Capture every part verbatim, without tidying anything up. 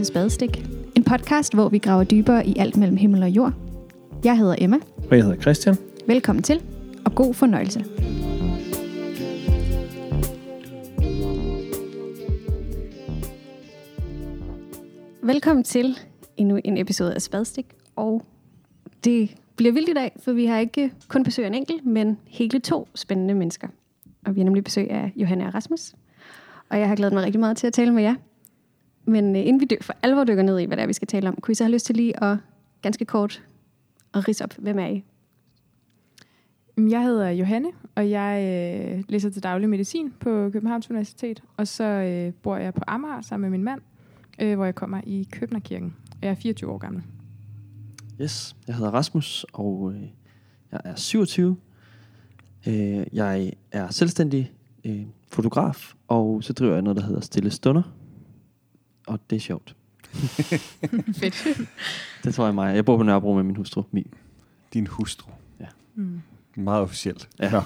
til Spadestik. En podcast, hvor vi graver dybere i alt mellem himmel og jord. Jeg hedder Emma. Og jeg hedder Christian. Velkommen til, og god fornøjelse. Velkommen til endnu en episode af Spadestik. Og det bliver vildt i dag, for vi har ikke kun besøg af en enkelt, men hele to spændende mennesker. Og vi har nemlig besøg af Johanne og Rasmus. Og jeg har glædet mig rigtig meget til at tale med jer. Men inden vi for alvor dykker ned i, hvad det er, vi skal tale om, kunne I så have lyst til lige at ganske kort at ridse op, hvem er I? Jeg hedder Johanne, og jeg øh, læser til daglig medicin på Københavns Universitet. Og så øh, bor jeg på Amager sammen med min mand, øh, hvor jeg kommer i Købnerkirken. Jeg er fireogtyve år gammel. Yes, jeg hedder Rasmus, og øh, jeg er syvogtyve. Øh, jeg er selvstændig øh, fotograf, og så driver jeg noget, der hedder Stille Stunder. Og det er sjovt. Fedt. Det tror jeg mig. Jeg bor på Nørrebro med min hustru, Mi. Din hustru. Ja. Mm. Meget officielt. Ja.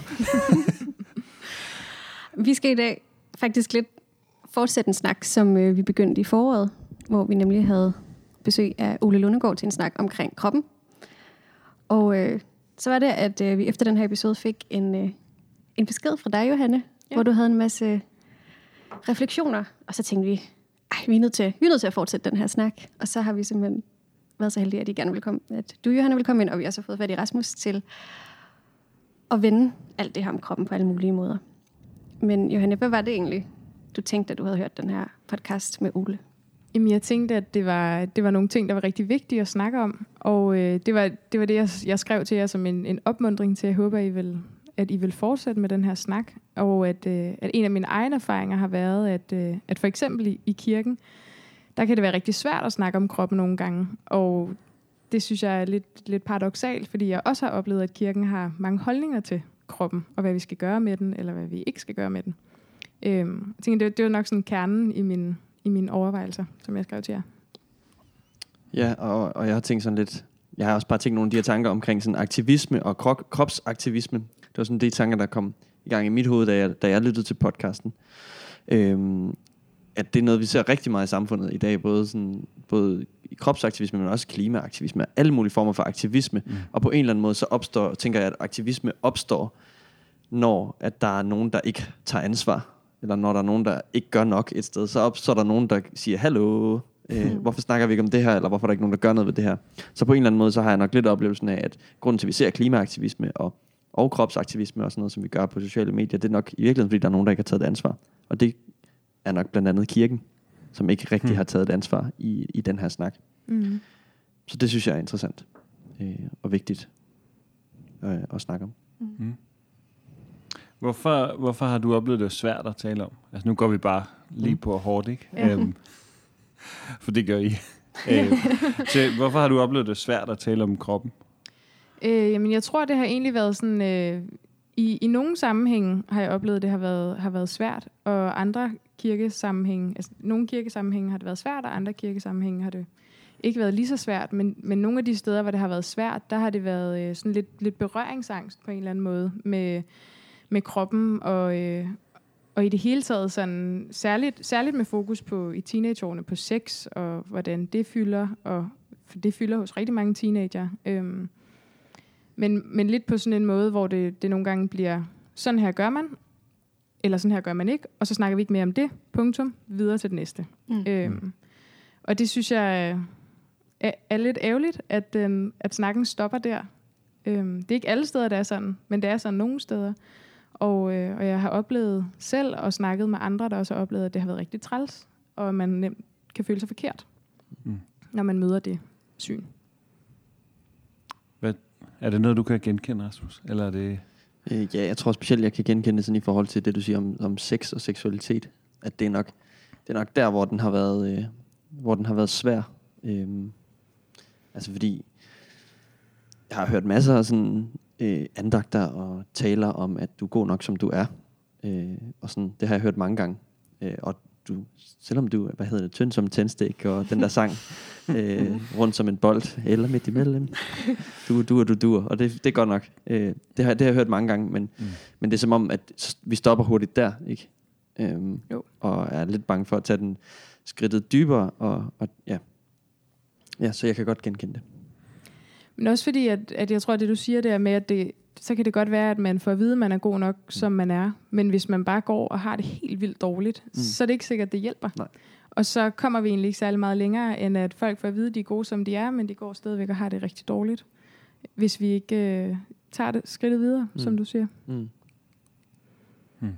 Vi skal i dag faktisk lidt fortsætte en snak, som øh, vi begyndte i foråret, hvor vi nemlig havde besøg af Ole Lundegård til en snak omkring kroppen. Og øh, så var det, at øh, vi efter den her episode fik en, øh, en besked fra dig, Johanne, ja. Hvor du havde en masse refleksioner, og så tænkte vi, ej, vi er nødt til, vi er nødt til at fortsætte den her snak. Og så har vi simpelthen været så heldige, at I gerne vil komme, at du, Johanne, vil komme ind, og vi har også fået fat i Rasmus til at vende alt det her om kroppen på alle mulige måder. Men Johanne, hvad var det egentlig, du tænkte, at du havde hørt den her podcast med Ole? Jamen, jeg tænkte, at det var, det var nogle ting, der var rigtig vigtige at snakke om. Og øh, det, var, det var det, jeg, jeg skrev til jer som en, en opmuntring til, at jeg håber, at I vil, at I vil fortsætte med den her snak. Og at, øh, at en af mine egne erfaringer har været, at, øh, at for eksempel i, i kirken, der kan det være rigtig svært at snakke om kroppen nogle gange. Og det synes jeg er lidt, lidt paradoksalt, fordi jeg også har oplevet, at kirken har mange holdninger til kroppen, og hvad vi skal gøre med den, eller hvad vi ikke skal gøre med den. Øhm, jeg tænker, det, det var nok sådan kernen i min i mine overvejelser, som jeg skrev til jer. Ja, og, og jeg har tænkt sådan lidt, jeg har også bare tænkt nogle af de her tanker omkring sådan aktivisme og krop, kropsaktivisme. Det var sådan de tanker, der kom i gang i mit hoved, da jeg, da jeg lyttede til podcasten. Øhm, at det er noget, vi ser rigtig meget i samfundet i dag, både, sådan, både i kropsaktivisme, men også klimaaktivisme, alle mulige former for aktivisme. Mm. Og på en eller anden måde, så opstår, tænker jeg, at aktivisme opstår, når at der er nogen, der ikke tager ansvar, eller når der er nogen, der ikke gør nok et sted, så opstår der nogen, der siger, hallo, øh, hvorfor snakker vi ikke om det her, eller hvorfor er der ikke nogen, der gør noget ved det her. Så på en eller anden måde, så har jeg nok lidt oplevelsen af, at grunden til, at vi ser klimaaktivisme og, og kropsaktivisme og sådan noget, som vi gør på sociale medier, det er nok i virkeligheden, fordi der er nogen, der ikke har taget et ansvar. Og det er nok blandt andet kirken, som ikke rigtig hmm. har taget et ansvar i, i den her snak. Mm. Så det synes jeg er interessant øh, og vigtigt øh, at snakke om. Mm. Hvorfor, hvorfor har du oplevet det svært at tale om? Altså nu går vi bare lige på hårdt, ikke? Ja. Øhm, for det gør I. øh, så hvorfor har du oplevet det svært at tale om kroppen? Øh, jamen jeg tror, det har egentlig været sådan... Øh, i, I nogle sammenhænge har jeg oplevet, det har været, har været svært, og andre kirkesammenhænge... Altså nogle kirkesammenhænge har det været svært, og andre kirkesammenhænge har det ikke været lige så svært. Men, men nogle af de steder, hvor det har været svært, der har det været øh, sådan lidt, lidt berøringsangst på en eller anden måde med... med kroppen, og, øh, og i det hele taget sådan, særligt, særligt med fokus på i teenageårene på sex, og hvordan det fylder, og for det fylder hos rigtig mange teenager. Øhm, men, men lidt på sådan en måde, hvor det, det nogle gange bliver, sådan her gør man, eller sådan her gør man ikke, og så snakker vi ikke mere om det, punktum, videre til det næste. Mm. Øhm, og det synes jeg er, er lidt ærgerligt, at, øhm, at snakken stopper der. Øhm, det er ikke alle steder, det er sådan, men det er sådan nogle steder. Og, øh, og jeg har oplevet selv og snakket med andre, der også har oplevet, at det har været rigtig træls, og man nemt kan føle sig forkert, mm. når man møder det syn. Hvad, er det noget, du kan genkende, Rasmus? Eller er det... Øh, ja, jeg tror specielt, jeg kan genkende det sådan i forhold til det, du siger om, om sex og seksualitet. At det er nok, det er nok der, hvor den har været, øh, hvor den har været svær. Øhm, altså fordi jeg har hørt masser af sådan øh, andagter og taler om, at du er god nok, som du er. Øh, og sådan, det har jeg hørt mange gange. Øh, og du, selvom du er, hvad hedder det, tynd som en tændstik, og den der sang, øh, rundt som en bold, eller midt imellem. Du, du og du, du. Og det, det er godt nok. Øh, det, har, det har jeg hørt mange gange, men, mm. men det er som om, at vi stopper hurtigt der, ikke? Øhm, og er lidt bange for at tage den, skridtet dybere, og, og ja. ja, så jeg kan godt genkende det. Men også fordi, at, at jeg tror, at det du siger der med, at det, så kan det godt være, at man får at vide, at man er god nok, mm. som man er. Men hvis man bare går og har det helt vildt dårligt, mm. så er det ikke sikkert, at det hjælper. Nej. Og så kommer vi egentlig ikke særlig meget længere, end at folk får at vide, at de er gode, som de er, men de går stadigvæk og har det rigtig dårligt. Hvis vi ikke øh, tager det skridtet videre, mm. som du siger. Mm. Hmm.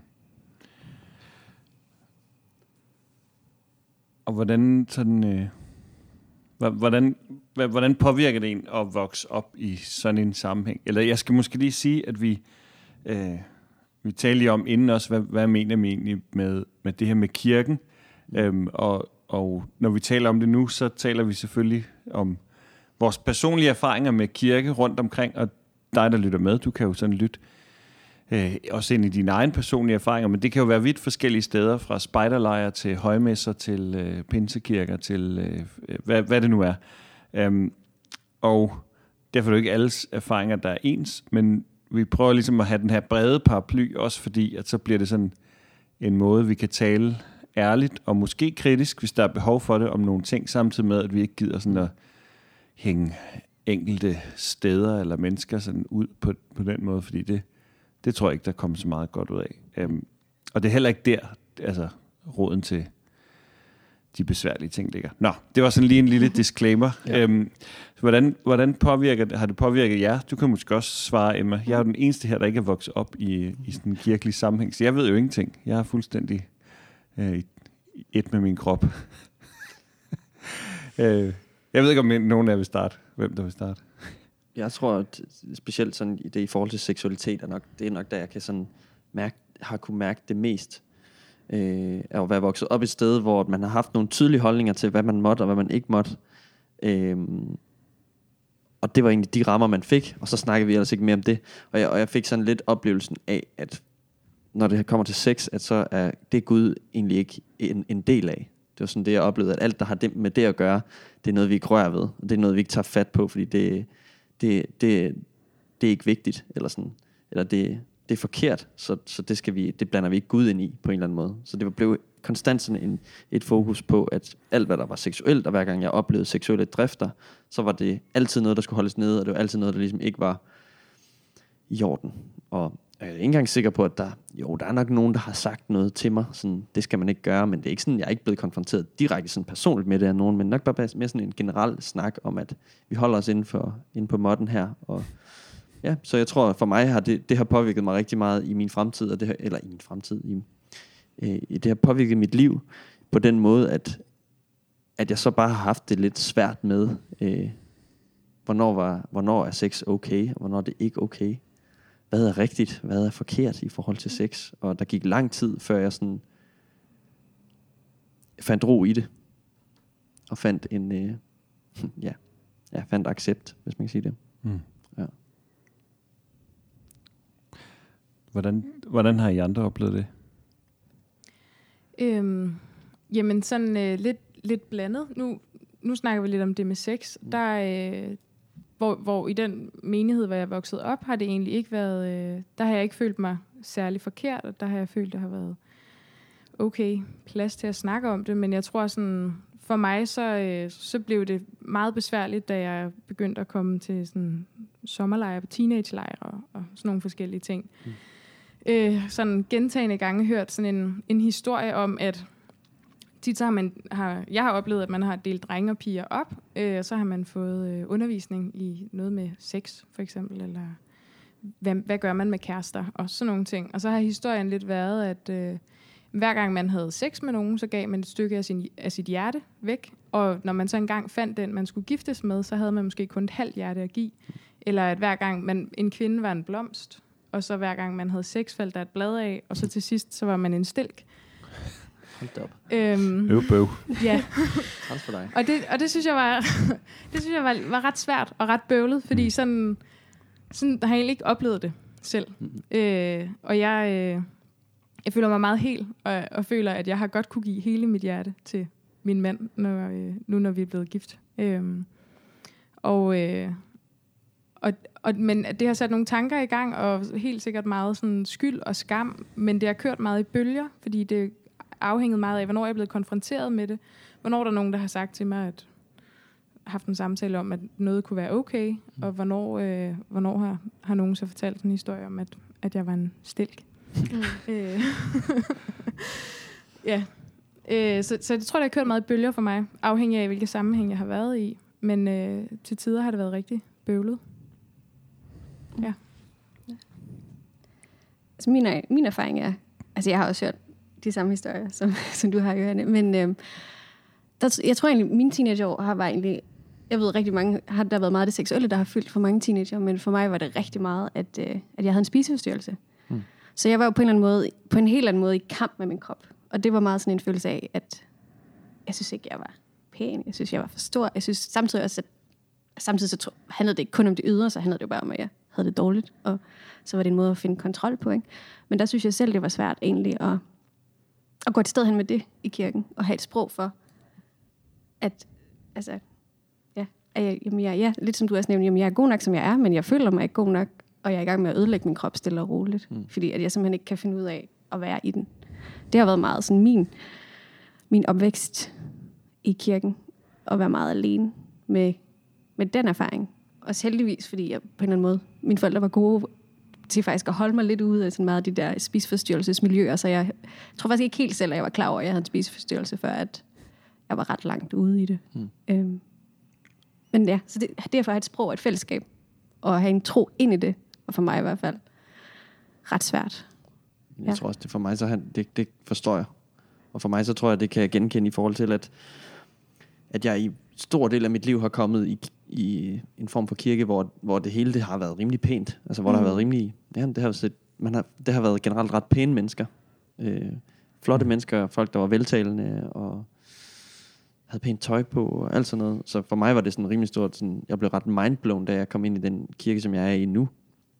Og hvordan sådan, øh, hvordan, hvordan påvirker det en at vokse op i sådan en sammenhæng? Eller jeg skal måske lige sige, at vi, øh, vi taler lige om inden også, hvad, hvad mener vi egentlig med, med det her med kirken? Øhm, og, og når vi taler om det nu, så taler vi selvfølgelig om vores personlige erfaringer med kirke rundt omkring, og dig, der lytter med, du kan jo sådan lytte øh, også ind i dine egne personlige erfaringer, men det kan jo være vidt forskellige steder, fra spejderlejre til højmesser til øh, pinsekirker til øh, hvad, hvad det nu er. Øhm, og derfor er det jo ikke alles erfaringer, der er ens, men vi prøver ligesom at have den her brede paraply, også fordi, at så bliver det sådan en måde, vi kan tale ærligt og måske kritisk, hvis der er behov for det, om nogle ting, samtidig med, at vi ikke gider sådan at hænge enkelte steder eller mennesker sådan ud på, på den måde, fordi det, det tror jeg ikke, der kommer så meget godt ud af. Um, og det er heller ikke der, altså roden til de besværlige ting ligger. Nå, det var sådan lige en lille disclaimer. Ja. Um, hvordan, hvordan påvirker, har det påvirket jer? Du kan måske også svare, Emma. Jeg er jo den eneste her, der ikke er vokset op i, i sådan en kirkelig sammenhæng, så jeg ved jo ingenting. Jeg er fuldstændig uh, et med min krop. uh, jeg ved ikke, om nogen af jer vil starte. Hvem der vil starte? Jeg tror, at specielt sådan det i forhold til seksualitet er nok, det er nok der jeg kan sådan mærke, har kunne mærke det mest. Øh, at være vokset op et sted, hvor man har haft nogle tydelige holdninger til, hvad man måtte og hvad man ikke måtte. Øh, og det var egentlig de rammer, man fik, og så snakkede vi ellers ikke mere om det. Og jeg, og jeg fik sådan lidt oplevelsen af, at når det kommer til sex, at så er det Gud egentlig ikke en, en del af. Det var sådan det, jeg oplevede, at alt, der har det, med det at gøre, det er noget, vi ikke rører ved. Og det er noget, vi ikke tager fat på, fordi det, det, det, det er ikke vigtigt, eller, sådan, eller det, det er forkert, så, så det, skal vi, det blander vi ikke Gud ind i, på en eller anden måde. Så det blev konstant sådan en, et fokus på, at alt, hvad der var seksuelt, og hver gang jeg oplevede seksuelle drifter, så var det altid noget, der skulle holdes nede, og det var altid noget, der ligesom ikke var i orden. Og jeg er ikke engang sikker på, at der, jo, der er nok nogen, der har sagt noget til mig, sådan, det skal man ikke gøre, men det er ikke sådan, jeg er ikke blevet konfronteret direkte sådan personligt med det af nogen, men nok bare mere sådan en generel snak om, at vi holder os inden, for, inden på modden her, og ja, så jeg tror, for mig har det, det har påvirket mig rigtig meget i min fremtid, og det har, eller i min fremtid, i, øh, det har påvirket mit liv på den måde, at, at jeg så bare har haft det lidt svært med, øh, hvornår, var, hvornår er sex okay, og hvornår det ikke okay. Hvad er rigtigt, hvad er forkert i forhold til sex. Og der gik lang tid, før jeg sådan fandt ro i det. Og fandt en, øh, ja, ja, fandt accept, hvis man kan sige det. Mm. Ja. Hvordan, hvordan har I andre oplevet det? Øhm, jamen sådan øh, lidt, lidt blandet. Nu, nu snakker vi lidt om det med sex. Mm. Der øh, Hvor, hvor i den menighed, hvor jeg er vokset op, har det egentlig ikke været, øh, der har jeg ikke følt mig særlig forkert, og der har jeg følt, det har været okay plads til at snakke om det, men jeg tror sådan, for mig, så, øh, så blev det meget besværligt, da jeg begyndte at komme til sådan sommerlejre og teenagelejre og, og sådan nogle forskellige ting. Mm. Øh, sådan gentagne gange hørt sådan en, en historie om, at tit så har man, har, jeg har oplevet, at man har delt drenge og piger op, øh, og så har man fået øh, undervisning i noget med sex, for eksempel, eller hvad, hvad gør man med kærester, og sådan nogle ting. Og så har historien lidt været, at øh, hver gang man havde sex med nogen, så gav man et stykke af, sin, af sit hjerte væk, og når man så engang fandt den, man skulle giftes med, så havde man måske kun et halvt hjerte at give. Eller at hver gang man, en kvinde var en blomst, og så hver gang man havde sex, faldt der et blad af, og så til sidst, så var man en stilk. Øhm, øv bøv. Ja. For dig. Og det og det synes jeg var det synes jeg var, var ret svært og ret bøvlet, fordi mm. sådan sådan har jeg egentlig ikke oplevet det selv. Mm. Øh, og jeg øh, jeg føler mig meget hel og, og føler at jeg har godt kunne give hele mit hjerte til min mand, når øh, nu når vi er blevet gift. Øh, og øh, Og, og, men det har sat nogle tanker i gang, og helt sikkert meget sådan skyld og skam, men det har kørt meget i bølger, fordi det afhænget meget af, hvornår jeg er blevet konfronteret med det. Hvornår der er nogen, der har sagt til mig, at haft en samtale om, at noget kunne være okay, mm. og hvornår, øh, hvornår har, har nogen så fortalt en historie om, at, at jeg var en stilk. Mm. øh. ja. Øh, så, så det tror jeg, det har kørt meget i bølger for mig, afhængig af, hvilke sammenhæng jeg har været i. Men øh, til tider har det været rigtig bøvlet. Ja. ja. Altså min, min erfaring er, altså jeg har også hørt de samme historier, som, som du har, Johanne, men øh, der, jeg tror egentlig, mine teenageår har været egentlig, jeg ved rigtig mange, har der været meget det seksuelle, der har fyldt for mange teenager, men for mig var det rigtig meget, at, øh, at jeg havde en spiseforstyrrelse. Hmm. Så jeg var jo på en eller anden måde, på en helt anden måde i kamp med min krop. Og det var meget sådan en følelse af, at jeg synes ikke, jeg var pæn. Jeg synes, jeg var for stor. Jeg synes samtidig også, at samtidig så tro, handlede det ikke kun om det ydre, så handlede det jo bare om, at jeg havde det dårligt. Og så var det en måde at finde kontrol på, ikke? Men der synes jeg selv, det var svært egentlig at, at gå et sted hen med det i kirken. Og have et sprog for, at, altså, ja, at jeg, jamen jeg, ja, lidt som du også nævnte, jamen jeg er god nok, som jeg er, men jeg føler mig ikke god nok, og jeg er i gang med at ødelægge min krop stille og roligt. Mm. Fordi at jeg simpelthen ikke kan finde ud af at være i den. Det har været meget sådan min, min opvækst i kirken, at være meget alene med, med den erfaring. Også heldigvis, fordi jeg på en eller anden måde, mine forældre var gode til faktisk at holde mig lidt ude af sådan meget af de der spiseforstyrrelsesmiljøer, så jeg tror faktisk ikke helt selv, at jeg var klar over, at jeg havde en spiseforstyrrelse, før at jeg var ret langt ude i det. Mm. Øhm. Men ja, så det, derfor at have et sprog og et fællesskab, og have en tro ind i det, og for mig i hvert fald, ret svært. Jeg ja. tror også, det for mig, så han, det, det forstår jeg. Og for mig, så tror jeg, det kan jeg genkende i forhold til, at, at jeg i stor del af mit liv har kommet i, i en form for kirke, hvor, hvor det hele det har været rimelig pænt. Altså, hvor mm. der har været rimelig... Ja, det har, set, man har, det har været generelt ret pæne mennesker. Øh, flotte mm. mennesker, folk, der var veltalende, og havde pænt tøj på, og alt sådan noget. Så for mig var det sådan rimelig stort... Sådan, jeg blev ret mindblown, da jeg kom ind i den kirke, som jeg er i nu.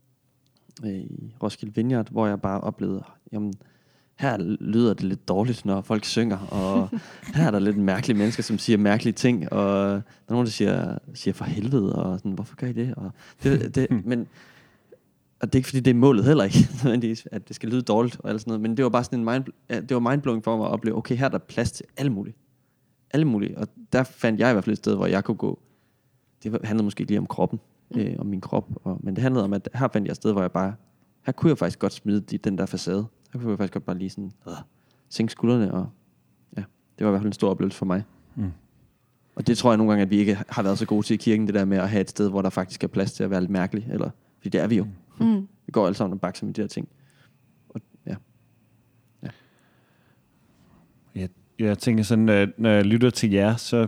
I Roskilde Vineyard, hvor jeg bare oplevede, jamen, her lyder det lidt dårligt, når folk synger, og her er der lidt mærkelige mennesker, som siger mærkelige ting, og der er nogen, der siger, siger for helvede, og sådan, hvorfor gør I det? Og det, det men, og det er ikke, fordi det er målet heller ikke, at det skal lyde dårligt, og alt sådan noget, men det var bare sådan en mind, det var mindblowing for mig at opleve, okay, her er der plads til alle mulige. Alle mulige, og der fandt jeg i hvert fald et sted, hvor jeg kunne gå. Det handlede måske lige om kroppen, øh, om min krop, og, men det handlede om, at her fandt jeg et sted, hvor jeg bare, her kunne jeg faktisk godt smide de, den der facade. Her kunne jeg faktisk godt bare lige sådan, øh, sænke skuldrene, og ja, det var i hvert fald en stor oplevelse for mig. Mm. Og det tror jeg nogle gange, at vi ikke har været så gode til i kirken, det der med at have et sted, hvor der faktisk er plads til at være lidt mærkelig, eller, fordi det er vi jo. Mm. Vi går alle sammen og bakser med de der ting. Og, ja. Ja. Jeg, jeg tænker sådan, at når jeg lytter til jer, så...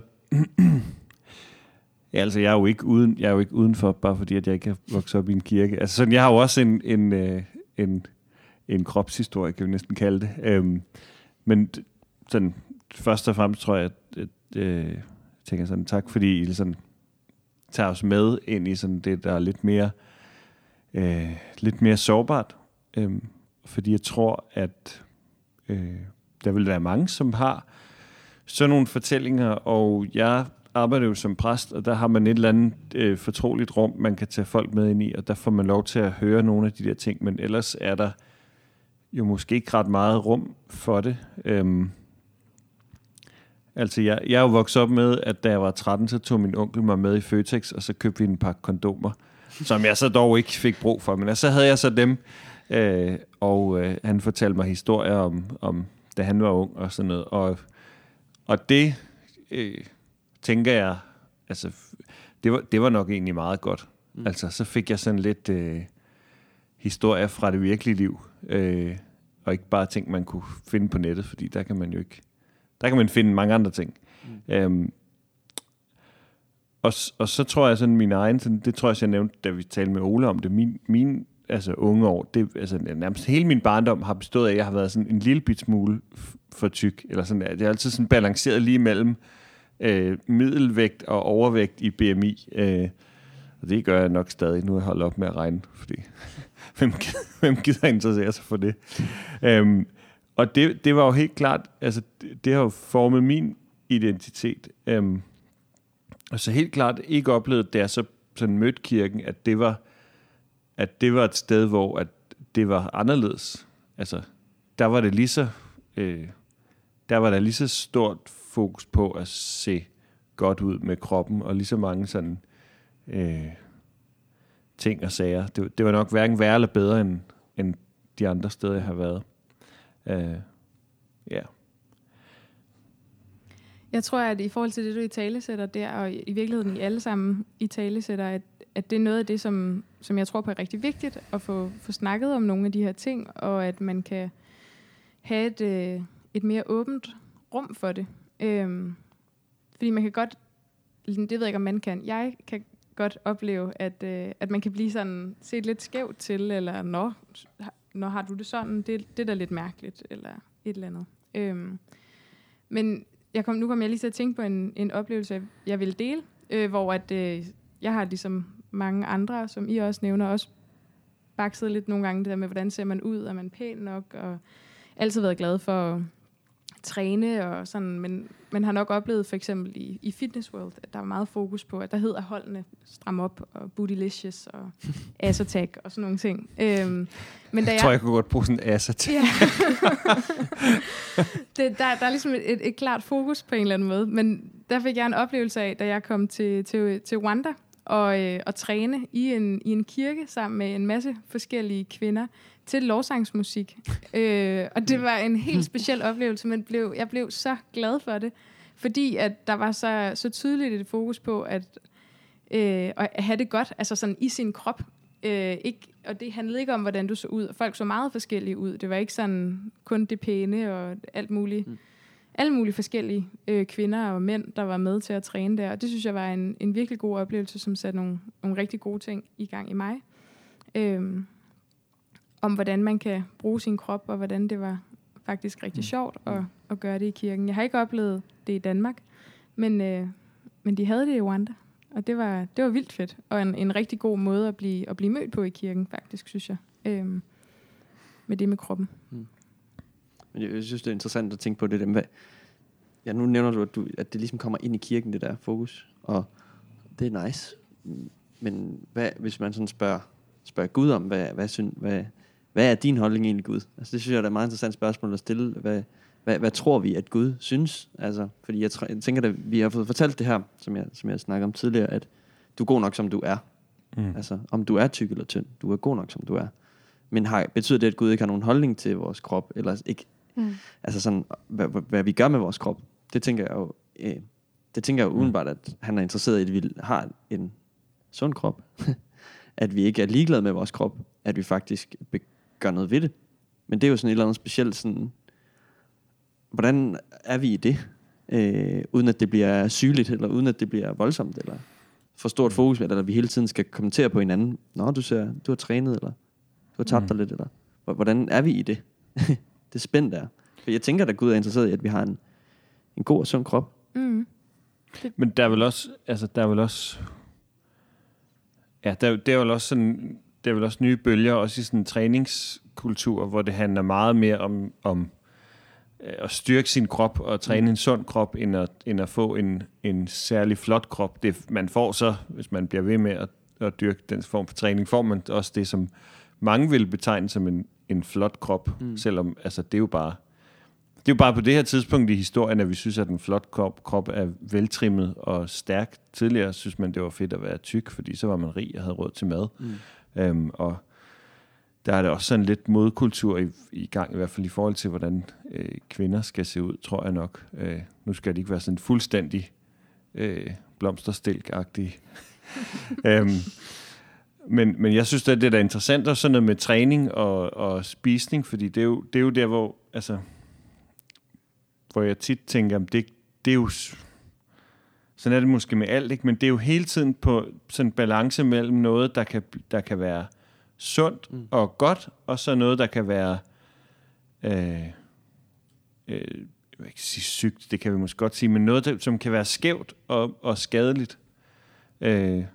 Ja, altså, jeg er jo ikke uden, jeg er jo ikke udenfor, bare fordi at jeg ikke har vokset op i en kirke. Altså, sådan, jeg har jo også en en øh, en, en kropshistorie, kan vi næsten kalde det. Øhm, men sådan først og fremmest tror jeg, at, at øh, jeg tænker sådan tak, fordi I sådan tager os med ind i sådan det, der er lidt mere øh, lidt mere sårbart. Øhm, fordi jeg tror, at øh, der vil være mange, som har sådan nogle fortællinger, og jeg arbejder jo som præst, og der har man et eller andet øh, fortroligt rum, man kan tage folk med ind i, og der får man lov til at høre nogle af de der ting, men ellers er der jo måske ikke ret meget rum for det. Øhm, altså, jeg, jeg er jo vokset op med, at da jeg var tretten, så tog min onkel mig med i Føtex, og så købte vi en pakke kondomer, som jeg så dog ikke fik brug for, men så havde jeg så dem, øh, og øh, han fortalte mig historier om, om, da han var ung og sådan noget, og, og det... Øh, tænker jeg, altså, det var, det var nok egentlig meget godt. Mm. Altså, så fik jeg sådan lidt øh, historier fra det virkelige liv, øh, og ikke bare ting, man kunne finde på nettet, fordi der kan man jo ikke, der kan man finde mange andre ting. Mm. Øhm, og, og så tror jeg sådan min egen, sådan, det tror jeg, jeg nævnte, da vi talte med Ole om det, min, min altså unge år, det, altså nærmest hele min barndom har bestået af, at jeg har været sådan en lille bit smule for tyk, eller sådan, det er altid sådan balanceret lige mellem Øh, middelvægt og overvægt i B M I. Øh, og det gør jeg nok stadig. Nu har jeg holdt op med at regne, fordi hvem, hvem gider interessere sig for det? øhm, og det, det var jo helt klart, altså det, det har jo formet min identitet. Øhm, og så helt klart ikke oplevet, da jeg så sådan mødte kirken, at det var, at det var et sted, hvor at det var anderledes. Altså, der var det lige så... Øh, der var der lige så stort fokus på at se godt ud med kroppen, og lige så mange sådan øh, ting og sager. Det, det var nok hverken værre eller bedre, end, end de andre steder, jeg har været. Øh, ja. Yeah. Jeg tror, at i forhold til det, du i talesætter der, og i virkeligheden i alle sammen i talesætter, at, at det er noget af det, som, som jeg tror på er rigtig vigtigt, at få, få snakket om nogle af de her ting, og at man kan have et, øh, et mere åbent rum for det. Øhm, fordi man kan godt, det ved jeg ikke, om man kan, jeg kan godt opleve, at, øh, at man kan blive sådan set lidt skævt til, eller når, når har du det sådan, det, det er da lidt mærkeligt, eller et eller andet. Øhm, men jeg kom, nu kom jeg lige til at tænke på en, en oplevelse, jeg ville dele, øh, hvor at, øh, jeg har ligesom mange andre, som I også nævner, også bakset lidt nogle gange det der med, hvordan ser man ud, er man pæn nok, og altid været glad for at træne og sådan, men man har nok oplevet for eksempel i, i Fitness World, at der var meget fokus på, at der hedder holdene Stram Op og Bootylicious og Ass Attack og sådan nogle ting. Øhm, men da jeg tror, jeg kunne godt bruge sådan en Ass Attack. Ja. det, der, der er ligesom et, et, et klart fokus på en eller anden måde, men der fik jeg en oplevelse af, da jeg kom til, til, til Rwanda og, øh, og træne i en, i en kirke sammen med en masse forskellige kvinder til lovsangsmusik. øh, og det var en helt speciel oplevelse, men blev, jeg blev så glad for det, fordi at der var så, så tydeligt et fokus på at, øh, at have det godt, altså sådan i sin krop. Øh, ikke, og det handlede ikke om, hvordan du så ud. Folk så meget forskellige ud. Det var ikke sådan kun det pæne og alt muligt. Mm. Alle mulige forskellige øh, kvinder og mænd, der var med til at træne der. Og det synes jeg var en, en virkelig god oplevelse, som satte nogle, nogle rigtig gode ting i gang i mig. Øh, om hvordan man kan bruge sin krop, og hvordan det var faktisk rigtig mm. sjovt at, at gøre det i kirken. Jeg har ikke oplevet det i Danmark, men, øh, men de havde det i Rwanda, og det var, det var vildt fedt, og en, en rigtig god måde at blive, at blive mødt på i kirken, faktisk, synes jeg, øh, med det med kroppen. Mm. Men jeg, jeg synes, det er interessant at tænke på det der med, ja, nu nævner du at, du, at det ligesom kommer ind i kirken, det der fokus, og det er nice, men hvad, hvis man sådan spørger, spørger Gud om, hvad, hvad, synes, hvad, hvad er din holdning egentlig, Gud? Altså, det synes jeg er et meget interessant spørgsmål at stille. Hvad, hvad, hvad tror vi, at Gud synes? Altså, fordi jeg, tr- jeg tænker, at vi har fået fortalt det her, som jeg, som jeg snakkede om tidligere, at du er god nok, som du er. Mm. Altså, om du er tyk eller tynd, du er god nok, som du er. Men har, betyder det, at Gud ikke har nogen holdning til vores krop? Eller ikke, mm. altså sådan, hvad, hvad, hvad vi gør med vores krop? Det tænker jeg jo, øh, det tænker jeg jo udenbart, at han er interesseret i, at vi har en sund krop. At vi ikke er ligeglade med vores krop. At vi faktisk be- gør noget ved det. Men det er jo sådan et eller andet specielt sådan, hvordan er vi i det? Øh, uden at det bliver sygeligt, eller uden at det bliver voldsomt, eller for stort fokus, eller vi hele tiden skal kommentere på hinanden. Nå, du ser, du har trænet, eller du har tabt mm. dig lidt, eller hvordan er vi i det? Det er spændt der. For jeg tænker, at Gud er interesseret i, at vi har en, en god og sund krop. Mm. Men der er vel også, altså der er vel også, ja, der, der er vel også sådan, der er vel også nye bølger, også i sådan en træningskultur, hvor det handler meget mere om, om øh, at styrke sin krop og træne mm. en sund krop, end at, end at få en, en særlig flot krop. Det, man får så, hvis man bliver ved med at, at dyrke den form for træning, får man også det, som mange vil betegne som en, en flot krop, mm. selvom altså, det er jo bare det er jo bare på det her tidspunkt i historien, at vi synes, at en flot krop, krop er veltrimmet og stærk. Tidligere synes man, det var fedt at være tyk, fordi så var man rig og havde råd til mad. Mm. Øhm, og der er det også sådan lidt modkultur i, i gang, i hvert fald i forhold til, hvordan øh, kvinder skal se ud, tror jeg nok. Øh, nu skal de ikke være sådan fuldstændig øh, blomsterstilk-agtige. øhm, men, men jeg synes, at det er da interessant, og sådan noget med træning og, og spisning, fordi det er, jo, det er jo der, hvor... altså hvor jeg tit tænker, det, det er jo, sådan er det måske med alt, ikke? Men det er jo hele tiden på sådan en balance mellem noget, der kan, der kan være sundt mm. og godt, og så noget, der kan være, øh, øh, jeg vil ikke sige sygt, det kan vi måske godt sige, men noget, der, som kan være skævt og, og skadeligt. Øh,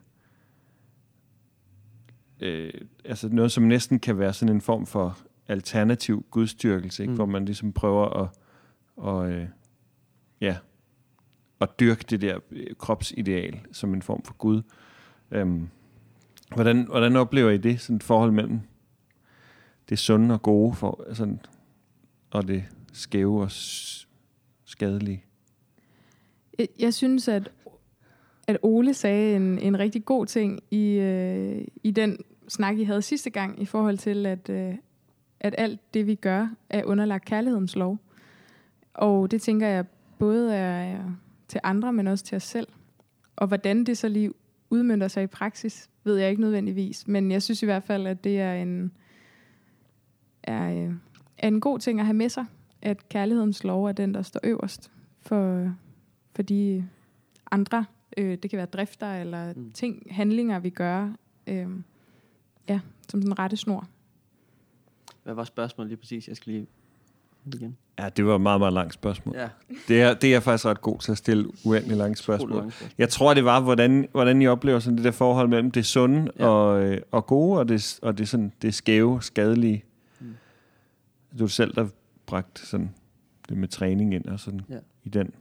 øh, altså noget, som næsten kan være sådan en form for alternativ gudstyrkelse, ikke? Mm. Hvor man ligesom prøver at og øh, ja, og dyrke det der øh, kropsideal som en form for Gud. Øhm, hvordan, hvordan oplever I det, sådan et forhold mellem det sunde og gode, for, altså, og det skæve og skadelige? Jeg, jeg synes, at, at Ole sagde en, en rigtig god ting i, øh, i den snak, I havde sidste gang, i forhold til, at, øh, at alt det, vi gør, er underlagt kærlighedens lov. Og det tænker jeg både er til andre, men også til os selv. Og hvordan det så lige udmønter sig i praksis, ved jeg ikke nødvendigvis. Men jeg synes i hvert fald, at det er en, er, øh, er en god ting at have med sig, at kærlighedens lov er den, der står øverst for, for de andre. Øh, det kan være drifter eller mm. ting, handlinger, vi gør, øh, ja, som sådan en rettesnor. Hvad var spørgsmålet lige præcis? Jeg skal lige igen. Ja, det var et meget, meget langt spørgsmål. Ja. Det er, det er faktisk ret god til at stille uendelig lange spørgsmål. Jeg tror, det var, hvordan, hvordan I oplever sådan det der forhold mellem det sunde ja. og, øh, og gode, og det, og det, sådan, det skæve, skadelige. Mm. Du selv, der bragte sådan det med træning ind og sådan ja. i den.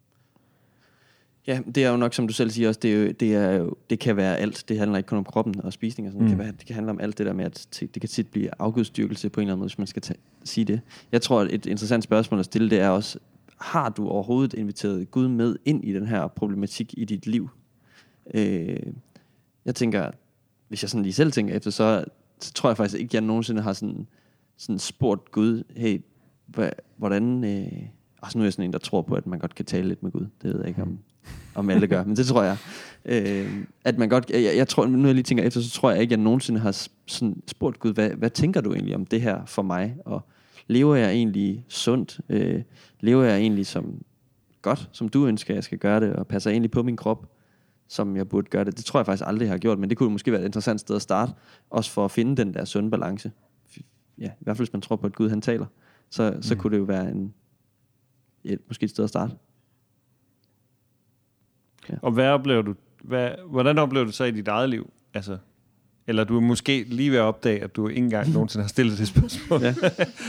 Ja, det er jo nok, som du selv siger også, det, er jo, det, er jo, det kan være alt. Det handler ikke kun om kroppen og spisning og sådan. Mm. Det, kan være, det kan handle om alt det der med, at det kan tit blive afgudstyrkelse på en eller anden måde, hvis man skal tage, sige det. Jeg tror, at et interessant spørgsmål at stille, det er også, har du overhovedet inviteret Gud med ind i den her problematik i dit liv? Øh, jeg tænker, hvis jeg sådan lige selv tænker efter, så, så tror jeg faktisk ikke, at jeg nogensinde har sådan, sådan spurgt Gud, hey, hvordan... Øh, altså nu er jeg sådan en, der tror på, at man godt kan tale lidt med Gud. Det ved jeg ikke, om, om alle gør, men det tror jeg. Øh, at man godt, jeg, jeg tror, nu jeg lige tænker efter, så tror jeg ikke, at jeg nogensinde har sådan spurgt Gud, hvad, hvad tænker du egentlig om det her for mig? Og lever jeg egentlig sundt? Øh, lever jeg egentlig som godt, som du ønsker, jeg skal gøre det? Og passer jeg egentlig på min krop, som jeg burde gøre det? Det tror jeg faktisk aldrig har gjort, men det kunne måske være et interessant sted at starte, også for at finde den der sunde balance. Ja, i hvert fald hvis man tror på, at Gud han taler, så, så mm. kunne det jo være en et, måske et sted at starte. Ja. Og hvad oplever du, hvad, hvordan oplever du så i dit eget liv? Altså, eller du er måske lige ved at opdage, at du ikke engang nogensinde har stillet det spørgsmål. Ja.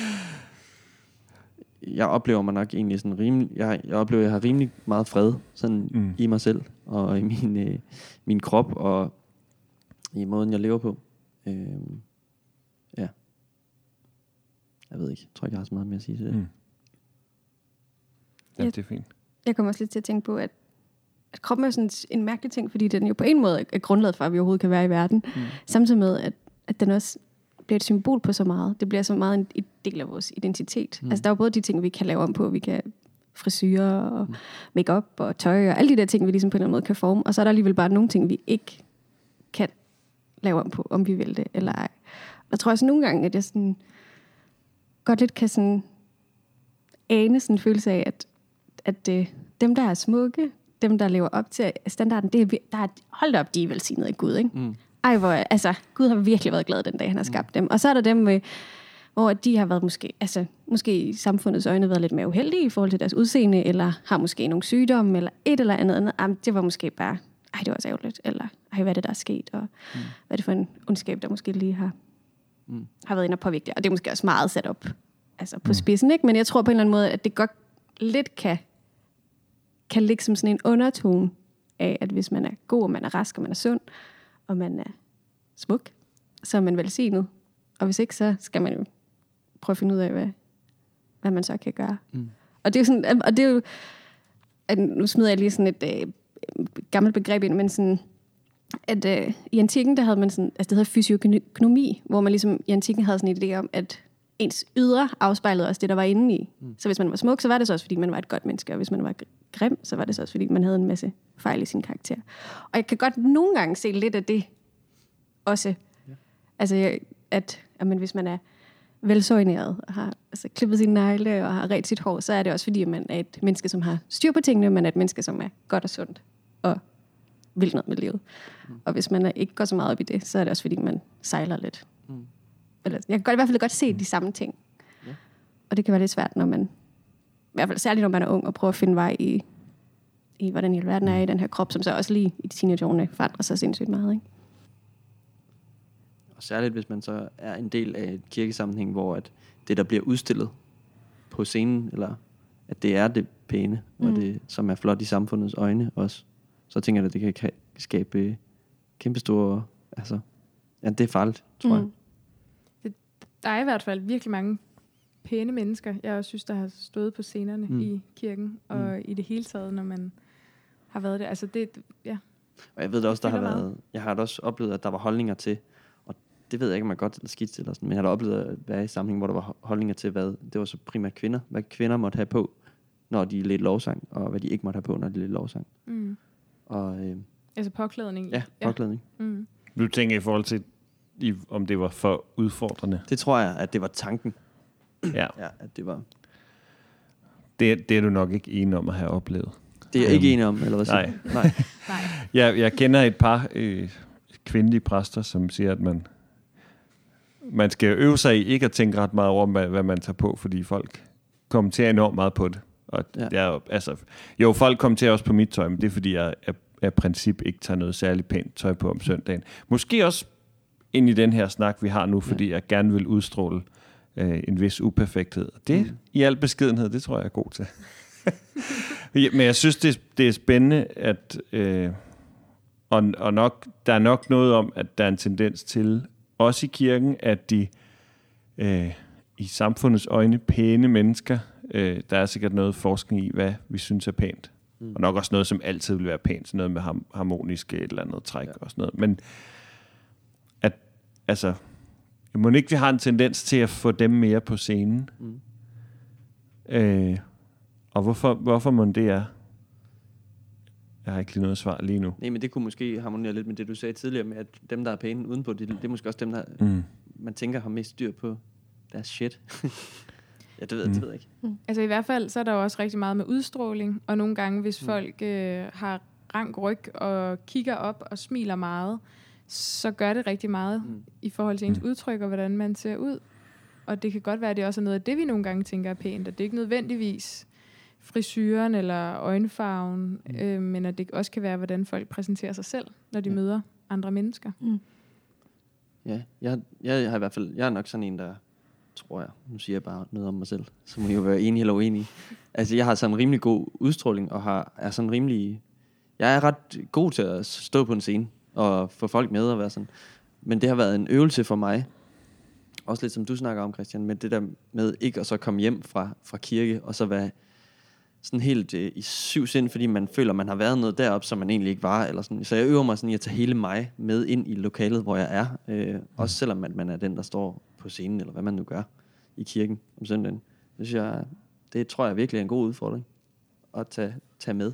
Jeg oplever mig nok egentlig sådan rimelig, jeg, jeg oplever, at jeg har rimelig meget fred sådan mm. i mig selv, og i min, øh, min krop, og i måden, jeg lever på. Øh, ja. Jeg ved ikke, jeg tror ikke, jeg har så meget mere at sige til det. Mm. Ja, det er fint. Jeg kommer også lidt til at tænke på, at, at kroppen er sådan en mærkelig ting, fordi den jo på en måde er grundlaget for, at vi overhovedet kan være i verden. Mm. Samtidig med, at, at den også bliver et symbol på så meget. Det bliver så meget en, en del af vores identitet. Mm. Altså der er jo både de ting, vi kan lave om på. Vi kan frisyrer og mm. make-up og tøj og alle de der ting, vi ligesom på en eller anden måde kan forme. Og så er der alligevel bare nogle ting, vi ikke kan lave om på, om vi vil det eller ej. Og jeg tror også nogle gange, at jeg sådan godt lidt kan sådan ane sådan en følelse af, at at øh, dem, der er smukke, dem, der lever op til standarden, det er, der er, hold da op, de er velsignet af Gud, ikke? Mm. Ej, hvor, altså, Gud har virkelig været glad den dag, han har skabt mm. dem. Og så er der dem, øh, hvor de har været måske, altså, måske i samfundets øjne været lidt mere uheldige i forhold til deres udseende, eller har måske nogle sygdomme, eller et eller andet andet. Jamen, det var måske bare, ej, det var så ærgerligt, eller ej, hvad er det, der er sket, og mm. hvad er det for en ondskab, der måske lige har, mm. har været inde og påvirke det. Og det er måske også meget sat op altså på mm. spidsen, ikke? Men jeg tror på en eller anden måde, at det godt lidt kan kan ligge som sådan en undertone af, at hvis man er god, og man er rask, og man er sund, og man er smuk, så er man velsignet. Og hvis ikke, så skal man jo prøve at finde ud af, hvad, hvad man så kan gøre. Mm. Og det er jo sådan, og det er jo, at nu smider jeg lige sådan et øh, gammelt begreb ind, men sådan, at øh, i antikken, der havde man sådan, altså det hedder fysiognomi, hvor man ligesom i antikken havde sådan en idé om, at ens ydre afspejlede også det, der var inde i. Mm. Så hvis man var smuk, så var det så også, fordi man var et godt menneske, og hvis man var grim, så var det så også, fordi man havde en masse fejl i sin karakter. Og jeg kan godt nogle gange se lidt af det også. Ja. Altså, at jamen, hvis man er velsøjneret, og har altså, klippet sine negle, og har ret sit hår, så er det også, fordi man er et menneske, som har styr på tingene, man er et menneske, som er godt og sundt, og vil noget med livet. Mm. Og hvis man er, ikke går så meget op i det, så er det også, fordi man sejler lidt. Mm. Eller, jeg kan godt, i hvert fald godt se de samme ting. Ja. Og det kan være lidt svært, når man, i hvert fald særligt når man er ung, og prøver at finde vej i, i hvordan hele verden er i den her krop, som så også lige i teenageårene forandrer sig sindssygt meget, ikke? Og særligt, hvis man så er en del af et kirkesammenhæng, hvor at det, der bliver udstillet på scenen, eller at det er det pæne, mm. og det, som er flot i samfundets øjne også, så tænker jeg, at det kan skabe kæmpestore, altså, ja, det er farligt, tror mm. jeg. Der er i hvert fald virkelig mange pæne mennesker, jeg også synes, der har stået på scenerne mm. i kirken, og mm. i det hele taget, når man har været der. Altså det, ja. Og jeg ved det også, der har været, meget. Jeg har da også oplevet, at der var holdninger til, og det ved jeg ikke, om jeg godt eller skidt til, eller sådan, men jeg har da oplevet at være i sammenhæng, hvor der var holdninger til, hvad det var så primært kvinder, hvad kvinder måtte have på, når de ledte lovsang, og hvad de ikke måtte have på, når de ledte lovsang. Mm. Og, øh, altså påklædning? Ja, påklædning. Ja. Mm. Du tænker i forhold til, i, om det var for udfordrende? Det tror jeg, at det var tanken. Ja. Ja, at det var... Det, det er du nok ikke enig om at have oplevet. Det er jeg um, ikke enig om, eller hvad siger Nej. Nej. Nej. Jeg, jeg kender et par øh, kvindelige præster, som siger, at man, man skal øve sig i ikke at tænke ret meget over, hvad, hvad man tager på, fordi folk kommenterer enormt meget på det. Og ja. jeg, altså, jo, folk kommenterer også på mit tøj, men det er, fordi jeg af, af princip ikke tager noget særligt pænt tøj på om søndagen. Måske også ind i den her snak, vi har nu, fordi ja. jeg gerne vil udstråle øh, en vis uperfekthed. Det mm. i al beskedenhed, det tror jeg er god til. Men jeg synes, det, det er spændende, at øh, og, og nok, der er nok noget om, at der er en tendens til, også i kirken, at de øh, i samfundets øjne pæne mennesker, øh, der er sikkert noget forskning i, hvad vi synes er pænt. Mm. Og nok også noget, som altid vil være pænt, sådan noget med ham, harmoniske et eller andet træk ja. og sådan noget. Men at, altså, jeg må ikke, vi har en tendens til at få dem mere på scenen. Mm. Øh, og hvorfor, hvorfor må det er? Jeg har ikke lige noget svar lige nu. Nej, men det kunne måske harmonere lidt med det, du sagde tidligere, med at dem, der er pæne udenpå, det, det er måske også dem, der mm. man tænker har mest styr på deres shit. ja, det ved, mm. det ved jeg ikke. Mm. Altså i hvert fald, så er der jo også rigtig meget med udstråling, og nogle gange, hvis mm. folk øh, har rank ryg og kigger op og smiler meget, så gør det rigtig meget mm. i forhold til ens mm. udtryk og hvordan man ser ud. Og det kan godt være, at det også er noget af det, vi nogle gange tænker er pænt, og det er ikke nødvendigvis frisyren eller øjenfarven, mm. øh, men at det også kan være, hvordan folk præsenterer sig selv, når de ja. møder andre mennesker. Mm. Ja, jeg, jeg har i hvert fald, jeg er nok sådan en, der, tror jeg, nu siger jeg bare noget om mig selv, så må I jo være enige eller uenige. Altså, jeg har sådan en rimelig god udstråling, og har, er sådan rimelig, jeg er ret god til at stå på en scene, og få folk med og være sådan. Men det har været en øvelse for mig, også lidt som du snakker om, Christian, med det der med ikke at så komme hjem fra, fra kirke, og så være sådan helt øh, i syv sind, fordi man føler, man har været noget deroppe, som man egentlig ikke var. Eller sådan. Så jeg øver mig sådan i at tage hele mig med ind i lokalet, hvor jeg er. Øh, også selvom at man er den, der står på scenen, eller hvad man nu gør i kirken om søndagen. Det, synes jeg, det tror jeg virkelig er en god udfordring at tage, tage med.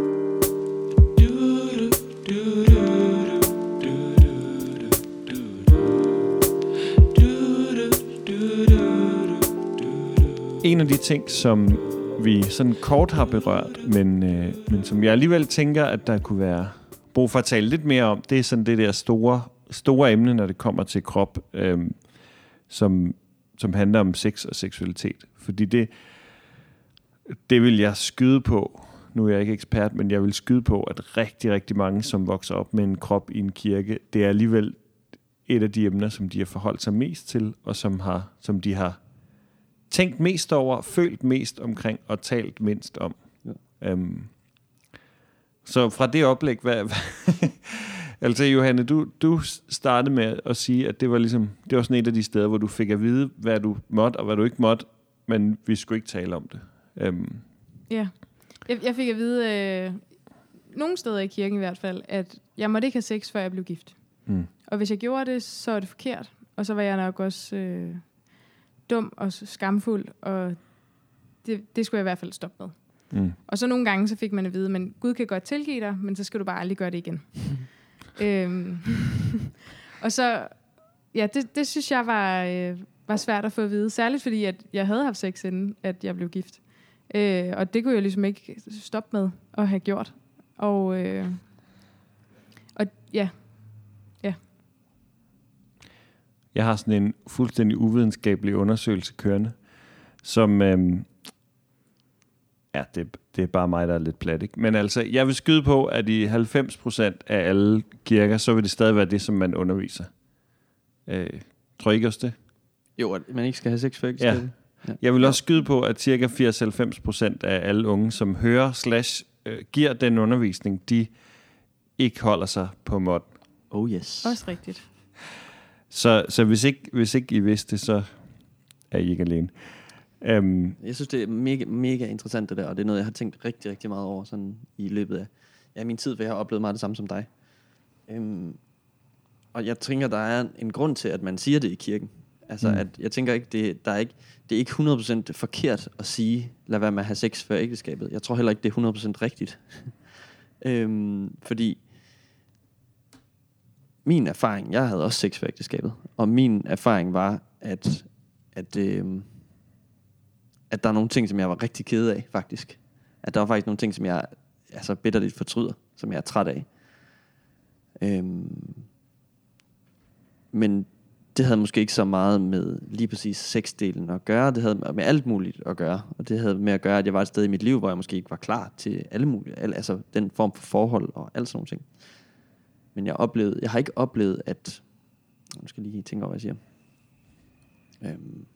En af de ting, som vi sådan kort har berørt, men, øh, men som jeg alligevel tænker, at der kunne være brug for at tale lidt mere om, det er sådan det der store, store emne, når det kommer til krop, øh, som, som handler om sex og seksualitet. Fordi det, det vil jeg skyde på, nu er jeg ikke ekspert, men jeg vil skyde på, at rigtig, rigtig mange, som vokser op med en krop i en kirke, det er alligevel et af de emner, som de har forholdt sig mest til, og som, har, som de har tænkt mest over, følt mest omkring og talt mindst om. Ja. Um, så fra det oplæg, hvad, hvad altså Johanne, du, du startede med at sige, at det var ligesom, det var sådan et af de steder, hvor du fik at vide, hvad du måtte og hvad du ikke måtte, men vi skulle ikke tale om det. Um. Ja, jeg, jeg fik at vide, øh, nogle steder i kirken i hvert fald, at jeg måtte ikke have sex, før jeg blev gift. Mm. Og hvis jeg gjorde det, så var det forkert. Og så var jeg nok også øh, dum og skamfuld, og det, det skulle jeg i hvert fald stoppe med. Mm. Og så nogle gange, så fik man at vide, men Gud kan godt tilgive dig, men så skal du bare aldrig gøre det igen. øhm, og så, ja, det, det synes jeg var, øh, var svært at få at vide. Særligt fordi, at jeg havde haft sex inden, at jeg blev gift. Øh, og det kunne jeg ligesom ikke stoppe med at have gjort. Og, øh, og ja, ja. Jeg har sådan en fuldstændig uvidenskabelig undersøgelse kørende, som, øhm, ja, det, det er bare mig, der er lidt plat, ikke? Men altså, jeg vil skyde på, at i halvfems procent af alle kirker, så vil det stadig være det, som man underviser. Øh, tror I ikke også det? Jo, at man ikke skal have sex før ikke ja. skal. Ja. Jeg vil også skyde på, at cirka firs til halvfems procent af alle unge, som hører slash øh, giver den undervisning, de ikke holder sig på måtten. Oh yes. Også rigtigt. Så, så hvis, ikke, hvis ikke I vidste det, så er I ikke alene. øhm, Jeg synes, det er mega, mega interessant det der, og det er noget, jeg har tænkt rigtig, rigtig meget over sådan i løbet af ja, min tid, for jeg har oplevet meget det samme som dig. Øhm, og jeg tænker, der er en grund til, at man siger det i kirken. Altså, mm. at jeg tænker ikke, det, der er ikke, det er ikke hundrede procent forkert at sige, lad være med at have sex før ægteskabet. Jeg tror heller ikke, det er hundrede procent rigtigt. øhm, fordi min erfaring, jeg havde også sex før ægteskabet, og min erfaring var, at, at, øhm, at der er nogle ting, som jeg var rigtig ked af, faktisk. At der var faktisk nogle ting, som jeg altså bitterligt fortryder, som jeg er træt af. Øhm, men det havde måske ikke så meget med lige præcis sexdelen at gøre. Det havde med alt muligt at gøre. Og det havde med at gøre, at jeg var et sted i mit liv, hvor jeg måske ikke var klar til alle mulige, altså den form for forhold og alt sådan nogle ting. Men jeg oplevede, jeg har ikke oplevet, at nu skal jeg lige tænke over, hvad jeg siger. Øhm,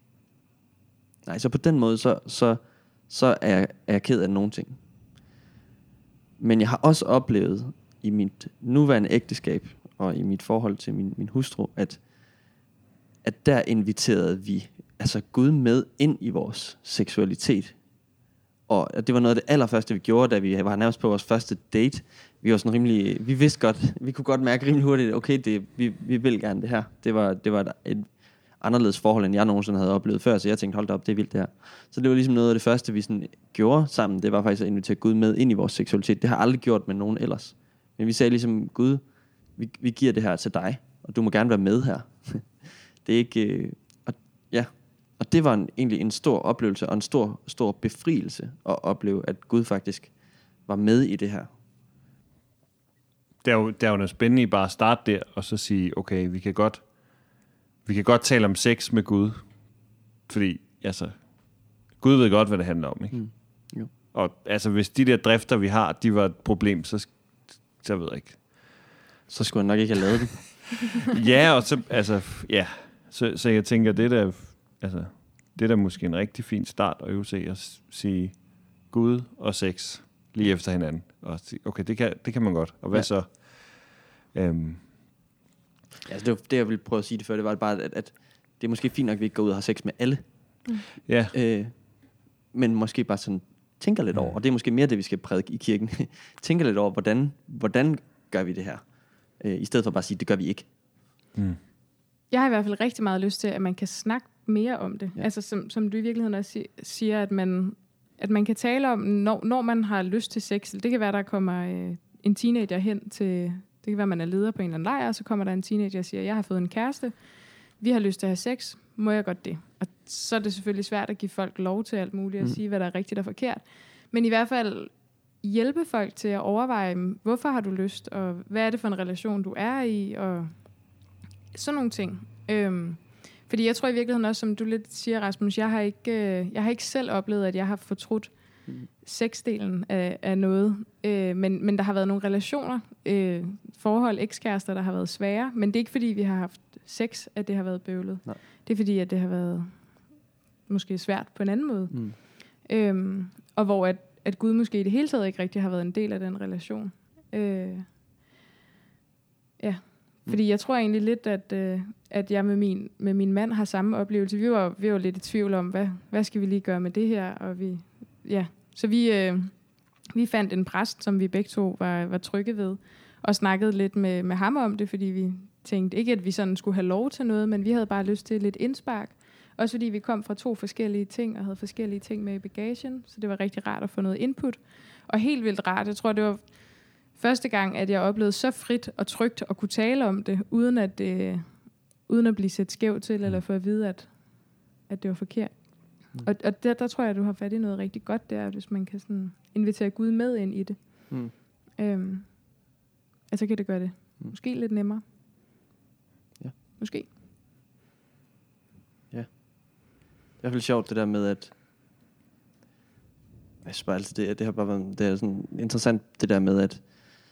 nej, så på den måde, så, så, så er, jeg, er jeg ked af nogle ting. Men jeg har også oplevet i mit nuværende ægteskab og i mit forhold til min, min hustru, at at der inviterede vi altså Gud med ind i vores seksualitet. Og det var noget af det allerførste, vi gjorde, da vi var nærmest på vores første date. Vi var sådan rimelig, vi vidste godt, vi kunne godt mærke rimelig hurtigt, okay, det, vi, vi vil gerne det her. Det var, det var et anderledes forhold, end jeg nogensinde havde oplevet før, så jeg tænkte, hold da op, det er vildt det her. Så det var ligesom noget af det første, vi sådan gjorde sammen, det var faktisk at invitere Gud med ind i vores seksualitet. Det har jeg aldrig gjort med nogen ellers. Men vi sagde ligesom, Gud, vi, vi giver det her til dig, og du må gerne være med her. Det er ikke øh, og, ja, og det var en, egentlig en stor oplevelse og en stor stor befrielse at opleve, at Gud faktisk var med i det her. Det er jo, det er jo noget spændende i bare at starte der og så sige, okay, vi kan godt vi kan godt tale om sex med Gud, fordi altså Gud ved godt, hvad det handler om, ikke? Mm. Jo. Og altså hvis de der drifter vi har, de var et problem, så så ved jeg ikke. Så skulle jeg nok ikke have lavet det. Ja, og så altså ja. Så, så jeg tænker, det der, altså, det der måske en rigtig fin start at øve sig at sige Gud og sex lige efter hinanden. Og sige, okay, det kan, det kan man godt. Og hvad ja. så? Øhm. Ja, altså det, var, det, jeg ville prøve at sige det før, det var bare, at, at det er måske fint nok, at vi ikke går ud og har sex med alle. Mm. Ja. Øh, men måske bare sådan tænker lidt mm. over, og det er måske mere det, vi skal prædike i kirken. Tænker lidt over, hvordan, hvordan gør vi det her? Øh, I stedet for bare at sige, det gør vi ikke. Mm. Jeg har i hvert fald rigtig meget lyst til, at man kan snakke mere om det. Ja. Altså som, som du i virkeligheden også siger, at man, at man kan tale om, når, når man har lyst til sex. Det kan være, der kommer øh, en teenager hen til, det kan være, man er leder på en eller anden lejr, og så kommer der en teenager og siger, jeg har fået en kæreste, vi har lyst til at have sex, må jeg godt det? Og så er det selvfølgelig svært at give folk lov til alt muligt, og mm. sige, hvad der er rigtigt og forkert. Men i hvert fald hjælpe folk til at overveje, hvorfor har du lyst, og hvad er det for en relation, du er i, og sådan nogle ting. Øhm, fordi jeg tror i virkeligheden også, som du lidt siger, Rasmus, jeg har ikke, øh, jeg har ikke selv oplevet, at jeg har fortrudt mm. sexdelen af, af noget. Øh, men, men der har været nogle relationer, øh, forhold, ekskærester, der har været svære. Men det er ikke fordi, vi har haft sex, at det har været bøvlet. Nej. Det er fordi, at det har været måske svært på en anden måde. Mm. Øhm, og hvor at, at Gud måske i det hele taget ikke rigtig har været en del af den relation. Øh, ja. Fordi jeg tror egentlig lidt, at, øh, at jeg med min, med min mand har samme oplevelse. Vi var, vi var lidt i tvivl om, hvad, hvad skal vi lige gøre med det her? Og vi, ja. Så vi, øh, vi fandt en præst, som vi begge to var, var trygge ved, og snakkede lidt med, med ham om det, fordi vi tænkte ikke, at vi sådan skulle have lov til noget, men vi havde bare lyst til lidt indspark. Også fordi vi kom fra to forskellige ting, og havde forskellige ting med i bagagen, så det var rigtig rart at få noget input. Og helt vildt rart, jeg tror, det var første gang, at jeg oplevede så frit og trygt at kunne tale om det, uden at, øh, uden at blive set skævt til, eller få at vide, at, at det var forkert. Mm. Og, og der, der tror jeg, at du har fat i noget rigtig godt der, hvis man kan sådan invitere Gud med ind i det. Mm. Øhm, altså kan det gøre det mm. måske lidt nemmere. Ja. Måske. Ja. Det er i hvert fald sjovt det der med, at jeg synes bare altid, det, det har bare været, det er sådan interessant det der med, at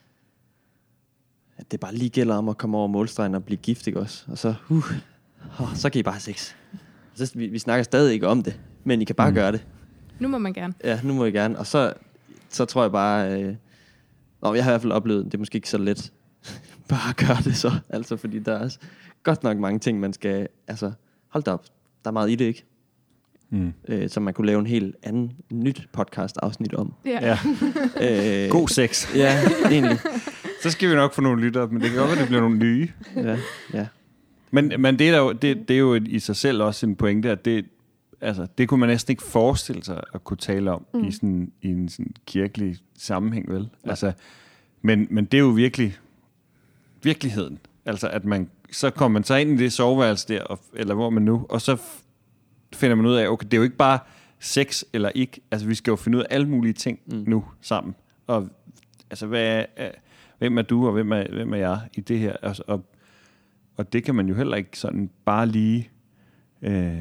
at det bare lige gælder om at komme over målstregen og blive gift, ikke også? Og så, uh, oh, så kan I bare have sex. Så, vi, vi snakker stadig ikke om det, men I kan bare mm. gøre det. Nu må man gerne. Ja, nu må I gerne. Og så, så tror jeg bare, øh, nå, jeg har i hvert fald oplevet, det er måske ikke så let bare at gøre det så. Altså, fordi der er godt nok mange ting, man skal, altså, hold da op, der er meget i det, ikke? Mm. øh, som man kunne lave en helt anden nyt podcast-afsnit om. Ja. Ja. Øh, God sex. Ja, egentlig. Så skal vi nok få nogle lyttere, men det kan godt være, det bliver nogle nye. Ja, ja. Men, men det, er jo, det, det er jo i sig selv også en pointe, at det, altså, det kunne man næsten ikke forestille sig at kunne tale om mm. i, sådan, i en sådan kirkelig sammenhæng, vel? Ja. Altså, men, men det er jo virkelig virkeligheden. Altså, at man, så kommer man så ind i det soveværelse der, og, eller hvor man nu, og så f- finder man ud af, okay, det er jo ikke bare sex eller ikke. Altså, vi skal jo finde ud af alle mulige ting mm. nu sammen. Og altså, hvad er, hvem er du, og hvem er, hvem er jeg i det her? Altså, og, og det kan man jo heller ikke sådan bare lige... Øh,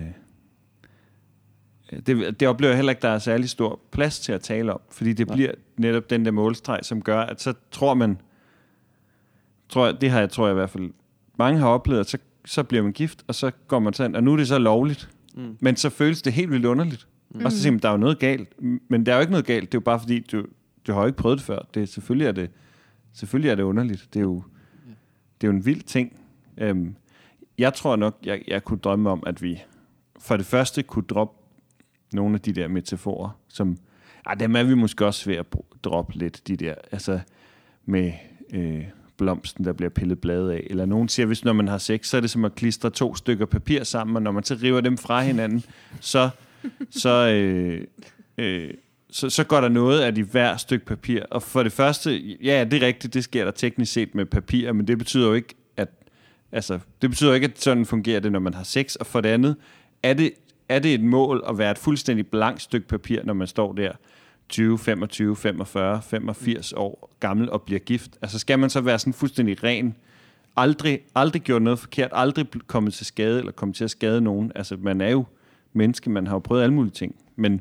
det, det oplever jeg heller ikke, der er særlig stor plads til at tale om, fordi det ja. bliver netop den der målstreg, som gør, at så tror man, tror jeg, det har jeg, tror jeg i hvert fald, mange har oplevet, at så, så bliver man gift, og så går man til, og nu er det så lovligt, mm. men så føles det helt vildt underligt. Mm. Og så siger man, der er jo noget galt, men der er jo ikke noget galt, det er jo bare fordi, du, du har jo ikke prøvet det før. Det, selvfølgelig, er det, selvfølgelig er det underligt. Det er jo, det er jo en vild ting. Øhm, jeg tror nok, jeg, jeg kunne drømme om, at vi for det første kunne droppe nogle af de der metaforer, som, ah, dem er vi måske også ved at droppe lidt, de der, altså med øh, blomsten, der bliver pillet blade af, eller nogen siger, hvis når man har sex, så er det som at klistre to stykker papir sammen, og når man så river dem fra hinanden, så, så, øh, øh, så, så går der noget af de hver stykke papir, og for det første, ja, det er rigtigt, det sker der teknisk set med papir, men det betyder jo ikke, at, altså, det betyder ikke, at sådan fungerer det, når man har sex, og for det andet, er det Er det et mål at være et fuldstændig blankt stykke papir, når man står der tyve, femogtyve, femogfyrre, femogfirs år gammel og bliver gift? Altså skal man så være sådan fuldstændig ren? Aldrig, aldrig gjort noget forkert, aldrig kommet til skade eller kommet til at skade nogen. Altså man er jo menneske, man har jo prøvet alle mulige ting. Men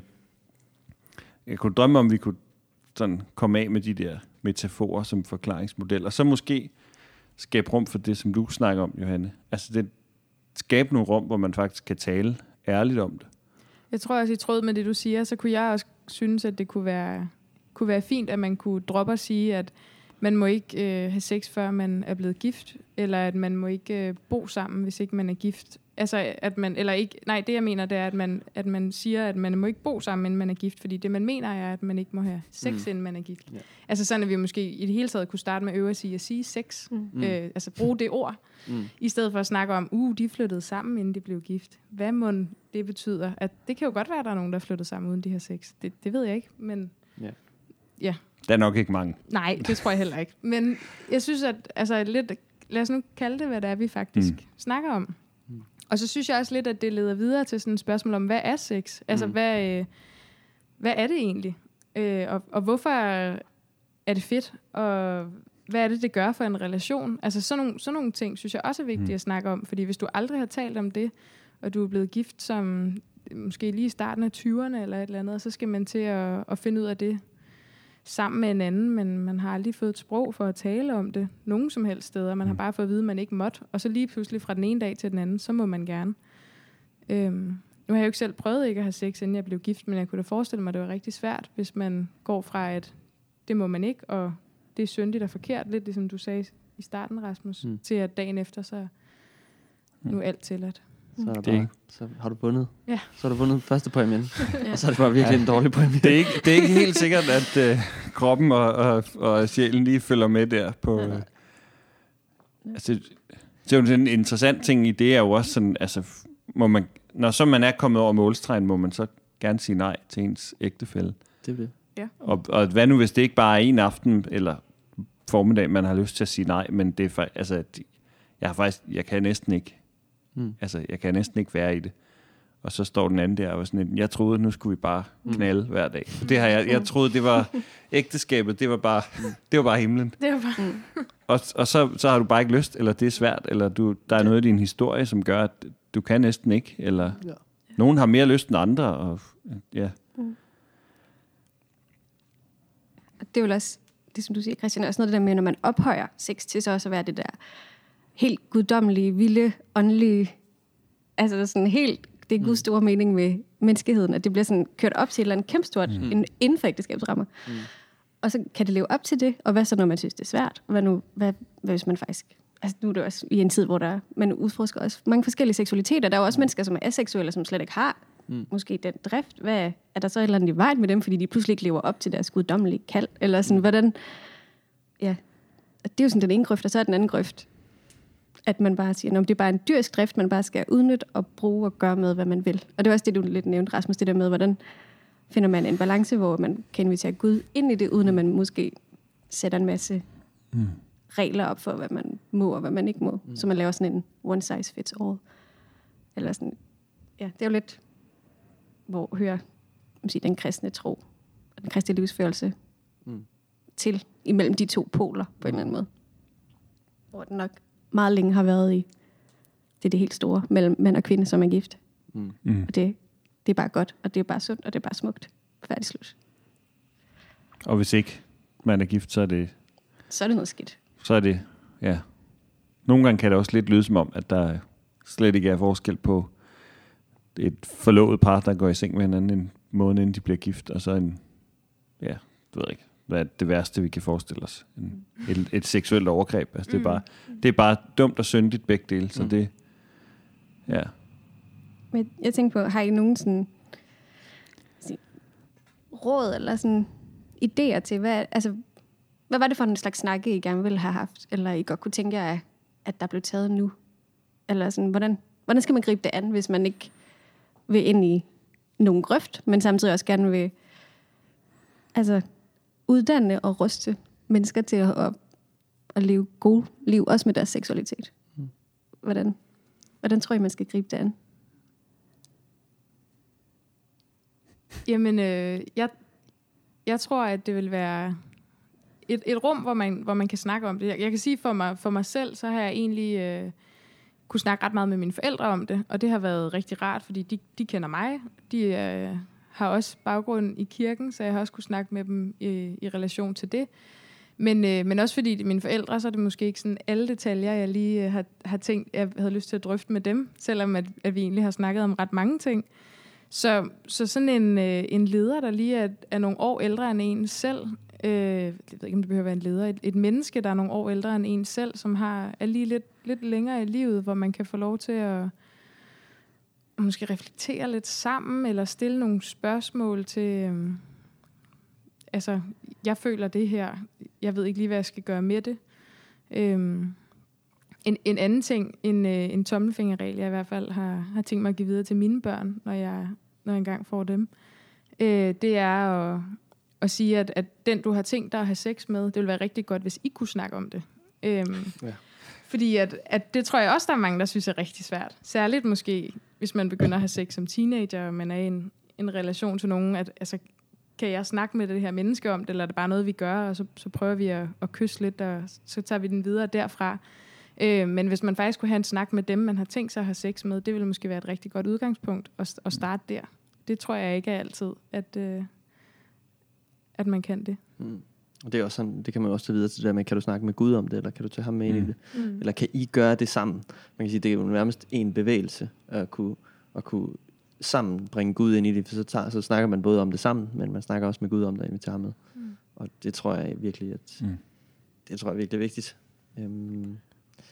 jeg kunne drømme om, vi kunne sådan komme af med de der metaforer som forklaringsmodel, og så måske skabe rum for det, som du snakker om, Johanne. Altså det skabe nogle rum, hvor man faktisk kan tale ærligt om det. Jeg tror også, i tråd med det, du siger, så kunne jeg også synes, at det kunne være, kunne være fint, at man kunne droppe og sige, at man må ikke øh, have sex, før man er blevet gift, eller at man må ikke øh, bo sammen, hvis ikke man er gift. Altså, at man, eller ikke, nej, det jeg mener, det er, at man, at man siger, at man må ikke bo sammen, inden man er gift, fordi det man mener er, at man ikke må have sex, mm. inden man er gift. Yeah. Altså sådan, at vi måske i det hele taget kunne starte med at øve at sige, at sige sex, mm. øh, altså bruge det ord, mm. i stedet for at snakke om, uh, de flyttede sammen, inden de blev gift. Hvad må det betyder? At det kan jo godt være, at der er nogen, der flytter sammen, uden de har sex. Det, det ved jeg ikke, men yeah. ja. Der er nok ikke mange. Nej, det tror jeg heller ikke. Men jeg synes, at altså, lidt, lad os nu kalde det, hvad det er, vi faktisk mm. snakker om. Mm. Og så synes jeg også lidt, at det leder videre til sådan et spørgsmål om, hvad er sex? Altså, mm. hvad, øh, hvad er det egentlig? Øh, og, og hvorfor er det fedt? Og hvad er det, det gør for en relation? Altså, sådan nogle, sådan nogle ting, synes jeg også er vigtigt mm. at snakke om. Fordi hvis du aldrig har talt om det, og du er blevet gift som måske lige i starten af tyverne eller et eller andet, så skal man til at, at finde ud af det sammen med en anden, men man har aldrig fået et sprog for at tale om det nogen som helst steder. Man har bare fået at vide, at man ikke måtte. Og så lige pludselig fra den ene dag til den anden, så må man gerne. Øhm, nu har jeg jo ikke selv prøvet ikke at have sex, inden jeg blev gift, men jeg kunne da forestille mig, at det var rigtig svært, hvis man går fra, at det må man ikke, og det er syndigt og forkert, lidt ligesom du sagde i starten, Rasmus, mm. til at dagen efter, så nu er alt tilladt. Så, er det bare, så har du vundet. Ja. Så har du vundet første præmien. Ja. Og så er det bare virkelig ja. en dårlig præmie. Det er ikke, det er ikke helt sikkert, at uh, kroppen og, og, og sjælen lige følger med der. På, uh, altså, det er jo en interessant ting i det, er jo også sådan, altså, må man, når så man er kommet over målstregen, må man så gerne sige nej til ens ægtefælle. Det er det. Ja. Og, og hvad nu, hvis det ikke bare er en aften eller formiddag, man har lyst til at sige nej, men det er faktisk, altså, jeg har faktisk, jeg kan næsten ikke Mm. Altså, jeg kan næsten ikke være i det. Og så står den anden der og sådan lidt, jeg troede, nu skulle vi bare knalde mm. hver dag. Det har jeg, jeg troede, det var ægteskabet, det var bare, det var bare himlen. Det var bare... Mm. Og, og så, så har du bare ikke lyst, eller det er svært, eller du, der er noget i din historie, som gør, at du kan næsten ikke, eller ja. Nogen har mere lyst end andre. Og, ja. Mm. Det er jo også, det som du siger, Christian, også noget det der med, når man ophøjer sex til så også at være det der helt guddommelige, vilde, åndelige, altså der er sådan helt, det er Guds store mening med menneskeheden, at det bliver sådan kørt op til et eller andet kæmpestort mm. inden for ægteskabsrammer. Mm. Og så kan det leve op til det, og hvad så, når man synes, det er svært? Hvad nu, hvad, hvad hvis man faktisk, altså nu er det også i en tid, hvor der man udforsker også mange forskellige seksualiteter. Der er jo også mennesker, som er aseksuelle, som slet ikke har mm. måske den drift? Hvad, er der så et eller andet i vejen med dem, fordi de pludselig ikke lever op til deres guddommelige kald? Eller sådan, mm. hvordan... Ja, det er jo sådan den ene grøft, og så er den anden grøft, at man bare siger, at det er bare en dyrsk drift, man bare skal udnytte og bruge og gøre med, hvad man vil. Og det er også det, du lidt nævnte, Rasmus, det der med, hvordan finder man en balance, hvor man kan invitere Gud ind i det, uden at man måske sætter en masse mm. regler op for, hvad man må og hvad man ikke må. Mm. Så man laver sådan en one size fits all. Eller sådan, ja, det er jo lidt, hvor hører sige, den kristne tro og den kristne livsførelse mm. til imellem de to poler på en eller anden måde. Hvor den nok meget længe har været i det er det helt store mellem mand og kvinde, som er gift. Mm. Mm. Og det, det er bare godt, og det er bare sundt, og det er bare smukt. Færdig slut. Og hvis ikke man er gift, så er det... Så er det noget skidt. Så er det, ja. Nogle gange kan det også lidt lyde som om, at der slet ikke er forskel på et forlovet par, der går i seng med hinanden en måned, inden de bliver gift, og så en, ja, du ved ikke, hvad er det værste, vi kan forestille os? En, et, et seksuelt overgreb. Altså, det, er bare, det er bare dumt og syndigt begge dele, så det, ja. Men jeg tænker på, har I nogen sådan, sådan råd eller sådan idéer til, hvad, altså, hvad var det for en slags snakke, I gerne ville have haft, eller I godt kunne tænke jer, at der blev taget nu? Eller sådan, hvordan, hvordan skal man gribe det an, hvis man ikke vil ind i nogen grøft, men samtidig også gerne vil altså, uddanne og ruste mennesker til at, at, at leve gode liv, også med deres seksualitet? Hvordan, hvordan tror I, man skal gribe det an? Jamen, øh, jeg, jeg tror, at det vil være et, et rum, hvor man, hvor man kan snakke om det. Jeg, jeg kan sige for mig, for mig selv, så har jeg egentlig øh, kunne snakke ret meget med mine forældre om det, og det har været rigtig rart, fordi de, de kender mig. De øh, har også baggrund i kirken, så jeg har også kunne snakke med dem i, i relation til det. Men, øh, men også fordi mine forældre, så er det måske ikke sådan alle detaljer, jeg lige øh, har, har tænkt, jeg havde lyst til at drøfte med dem, selvom at, at vi egentlig har snakket om ret mange ting. Så, så sådan en, øh, en leder, der lige er, er nogle år ældre end en selv, øh, jeg ved ikke, om det behøver være en leder, et, et menneske, der er nogle år ældre end en selv, som har, er lige lidt, lidt længere i livet, hvor man kan få lov til at måske reflektere lidt sammen, eller stille nogle spørgsmål til, øh, altså, jeg føler det her, jeg ved ikke lige, hvad jeg skal gøre med det. Øh, En, en anden ting, en, øh, en tommelfingerregel, jeg i hvert fald har, har tænkt mig at give videre til mine børn, når jeg, når jeg engang får dem, øh, det er at, at sige, at, at den, du har tænkt dig at have sex med, det vil være rigtig godt, hvis I kunne snakke om det. Øhm, ja. Fordi at, at det tror jeg også, der er mange, der synes er rigtig svært. Særligt måske, hvis man begynder at have sex som teenager, og man er i en, en relation til nogen, at altså, kan jeg snakke med det her menneske om det, eller er det bare noget, vi gør, og så, så prøver vi at, at kysse lidt, og så tager vi den videre derfra. Øh, men hvis man faktisk kunne have en snak med dem, man har tænkt sig at have sex med, det ville måske være et rigtig godt udgangspunkt at, at starte der. Det tror jeg ikke er altid, at, øh, at man kan det. Mm. Og det er også sådan, det kan man også tage videre til det der med, kan du snakke med Gud om det, eller kan du tage ham med mm. ind i det? Mm. Eller kan I gøre det sammen? Man kan sige, det er jo nærmest en bevægelse at kunne, at kunne sammen bringe Gud ind i det, for så, tager, så snakker man både om det sammen, men man snakker også med Gud om det, og inviterer ham med. Mm. Og det tror jeg virkelig, at mm. det tror jeg virkelig er vigtigt. Um,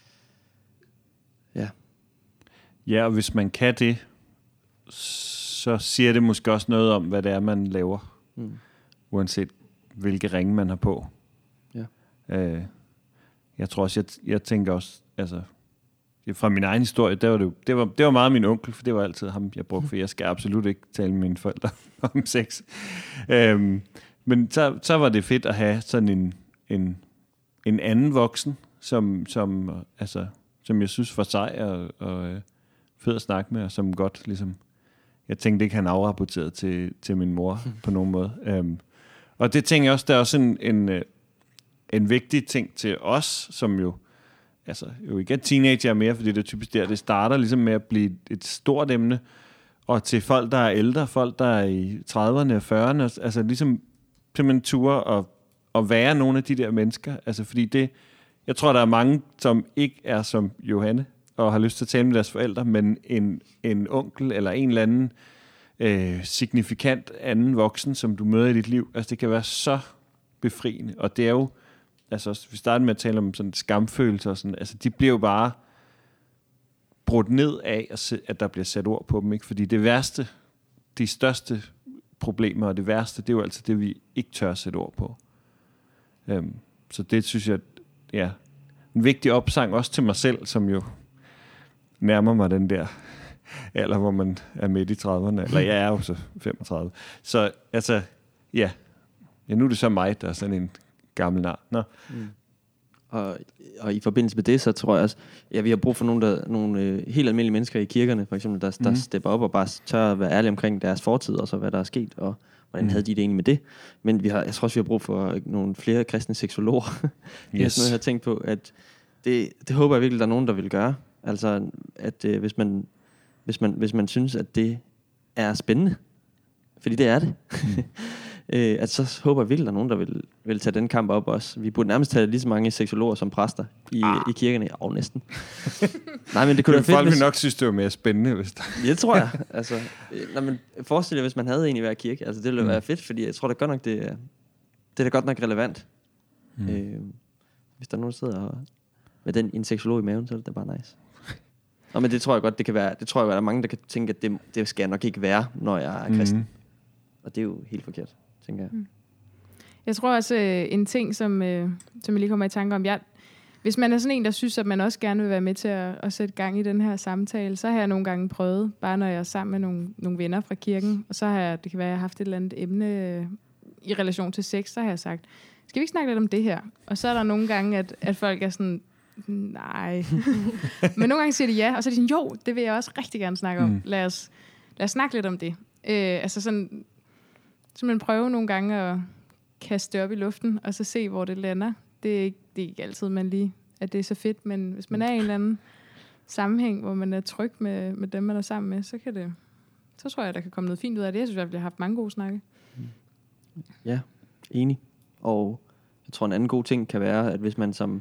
Ja. Ja, og hvis man kan det, så siger det måske også noget om, hvad det er, man laver. Mm. Uanset hvilke ringe man har på. Ja. Øh, jeg tror også, jeg, jeg tænker også, altså, fra min egen historie, der var det, det, var, det var meget min onkel, for det var altid ham, jeg brugte, for jeg skal absolut ikke tale med mine forældre om sex. øhm, men så, så var det fedt at have sådan en, en, en anden voksen, som, som altså... som jeg synes var sej og, og øh, fed at snakke med, og som godt ligesom, jeg tænkte ikke, han afrapporterede til, til min mor på nogen måde. Um, og det tænker jeg også, der er også en, en, en vigtig ting til os, som jo, altså jo ikke er teenager mere, fordi det er typisk der, det starter ligesom med at blive et stort emne, og til folk, der er ældre, folk, der er i trediverne og fyrrerne, altså ligesom simpelthen ture og, og være nogle af de der mennesker, altså fordi det, jeg tror, der er mange, som ikke er som Johanne, og har lyst til at tale med deres forældre, men en, en onkel eller en eller anden øh, signifikant anden voksen, som du møder i dit liv. Altså, det kan være så befriende. Og det er jo, altså, vi startede med at tale om sådan skamfølelser og sådan, altså, de bliver jo bare brudt ned af, at der bliver sat ord på dem, ikke? Fordi det værste, de største problemer og det værste, det er jo altid det, vi ikke tør sætte ord på. Øhm, så det synes jeg, ja, en vigtig opsang også til mig selv, som jo nærmer mig den der alder, hvor man er midt i trediverne, eller jeg er jo så femogtredive. Så altså, ja, ja nu er det så mig, der er sådan en gammel nar. Nå. Mm. Og, og i forbindelse med det, så tror jeg også, ja, vi har brug for nogle, der, nogle øh, helt almindelige mennesker i kirkerne, for eksempel, der, der mm. stepper op og bare tør at være ærlige omkring deres fortid, og så hvad der er sket, og hvordan mm. havde de det egentlig med det. Men vi har, jeg tror også, vi har brug for nogle flere kristne seksologer. Yes. Jeg har sådan noget, jeg har tænkt på, at det, det håber jeg virkelig, der er nogen, der vil gøre. Altså, at øh, hvis, man, hvis, man, hvis man synes, at det er spændende, fordi det er det, mm. øh, at så håber jeg virkelig, der er nogen, der vil, vil tage den kamp op også. Vi burde nærmest have lige så mange seksologer som præster i, ah. i kirkerne. Ja, næsten. Nej, men det kunne være fedt. Folk vil nok synes, det var mere spændende, hvis der... Ja, det tror jeg. Altså, øh, nej, men forestil jer, hvis man havde en i hver kirke. Altså, det ville mm. være fedt, fordi jeg tror da godt nok, det er, det er da godt nok relevant. Mm. Øh, hvis der er nogen, der sidder og, med den, en seksolog i maven, så er det da bare nice. Nå, men det tror jeg godt, det kan være. Det tror jeg, at der er mange, der kan tænke, at det, det skal jeg nok ikke være, når jeg er kristen. Mm. Og det er jo helt forkert, tænker jeg. Mm. Jeg tror også, øh, en ting, som, øh, som jeg lige kommer i tanke om, jeg, hvis man er sådan en, der synes, at man også gerne vil være med til at, at sætte gang i den her samtale, så har jeg nogle gange prøvet, bare når jeg er sammen med nogle, nogle venner fra kirken, og så har jeg, det kan være, at jeg har haft et eller andet emne øh, i relation til sex, så har jeg sagt, skal vi ikke snakke lidt om det her? Og så er der nogle gange, at, at folk er sådan, nej. Men nogle gange siger de ja, og så er de sådan, jo, det vil jeg også rigtig gerne snakke om. Mm. Lad os, lad os snakke lidt om det. Øh, altså sådan, så man prøver nogle gange at kaste det op i luften, og så se, hvor det lander. Det er ikke, det er ikke altid, man lige, at det er så fedt, men hvis man er i en eller anden sammenhæng, hvor man er tryg med, med dem, man er sammen med, så kan det, så tror jeg, der kan komme noget fint ud af det. Jeg synes, at vi har haft mange gode snakke. Ja, enig. Og jeg tror, en anden god ting kan være, at hvis man som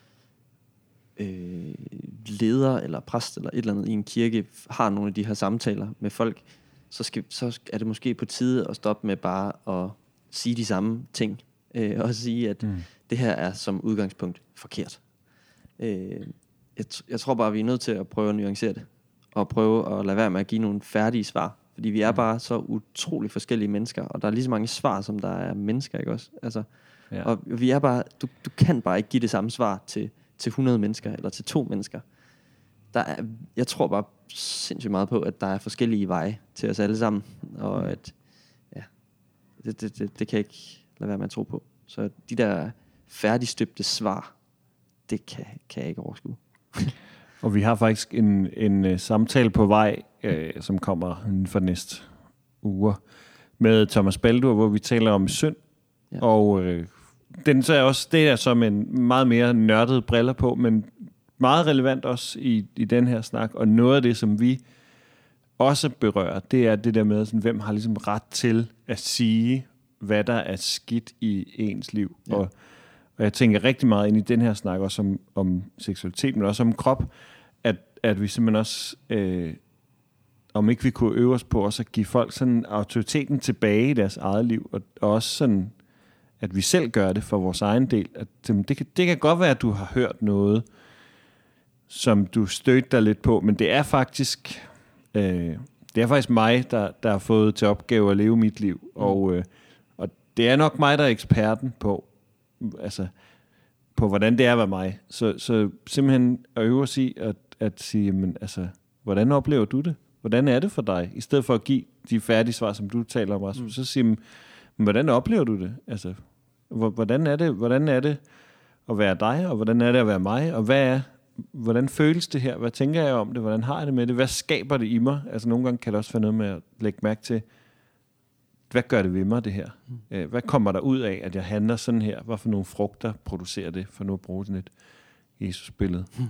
øh, leder eller præst eller et eller andet i en kirke har nogle af de her samtaler med folk, så, skal, så er det måske på tide at stoppe med bare at sige de samme ting. Øh, og sige, at mm. det her er som udgangspunkt forkert. Øh, jeg, jeg tror bare, vi er nødt til at prøve at nuancere det. Og prøve at lade være med at give nogle færdige svar. Fordi vi er bare så utrolig forskellige mennesker. Og der er lige så mange svar, som der er mennesker, ikke også? Altså, ja. Og vi er bare, du, du kan bare ikke give det samme svar til, til hundrede mennesker, eller til to mennesker. Der er, jeg tror bare sindssygt meget på, at der er forskellige veje til os alle sammen. Og at, ja, det, det, det, det kan jeg ikke lade være med at tro på. Så de der færdigstøbte svar, det kan, kan jeg ikke overskue. Og vi har faktisk en, en uh, samtale på vej, øh, som kommer for næste uger, med Thomas Baldur, hvor vi taler om synd. Ja. Og øh, den så er også, det er som en meget mere nørdet briller på, men meget relevant også i, i den her snak. Og noget af det, som vi også berører, det er det der med, sådan, hvem har ligesom ret til at sige, hvad der er skidt i ens liv. Ja. Og, og jeg tænker rigtig meget ind i den her snak også om, om seksualitet, men også om krop, at, at vi simpelthen også, øh, om ikke vi kunne øve os på også at give folk sådan autoriteten tilbage i deres eget liv, og, og også sådan, at vi selv gør det for vores egen del. At, det, kan, det kan godt være, at du har hørt noget, som du stødte dig lidt på, men det er faktisk, øh, det er faktisk mig, der, der har fået til opgave at leve mit liv, mm. og, øh, og det er nok mig, der er eksperten på, altså, på hvordan det er at være mig. Så, så simpelthen at øve os i at, at sige, men, altså, hvordan oplever du det? Hvordan er det for dig? I stedet for at give de færdige svar, som du taler om, Rasmus, mm. så sige, men, hvordan oplever du det? Altså, hvordan er det, hvordan er det at være dig, og hvordan er det at være mig, og hvad er, hvordan føles det her? Hvad tænker jeg om det? Hvordan har jeg det med det? Hvad skaber det i mig? Altså, nogle gange kan det også være noget med at lægge mærke til, hvad gør det ved mig, det her? Mm. Hvad kommer der ud af, at jeg handler sådan her? Hvad for nogle frugter producerer det, for nu at bruge sådan et Jesus-billede? Mm.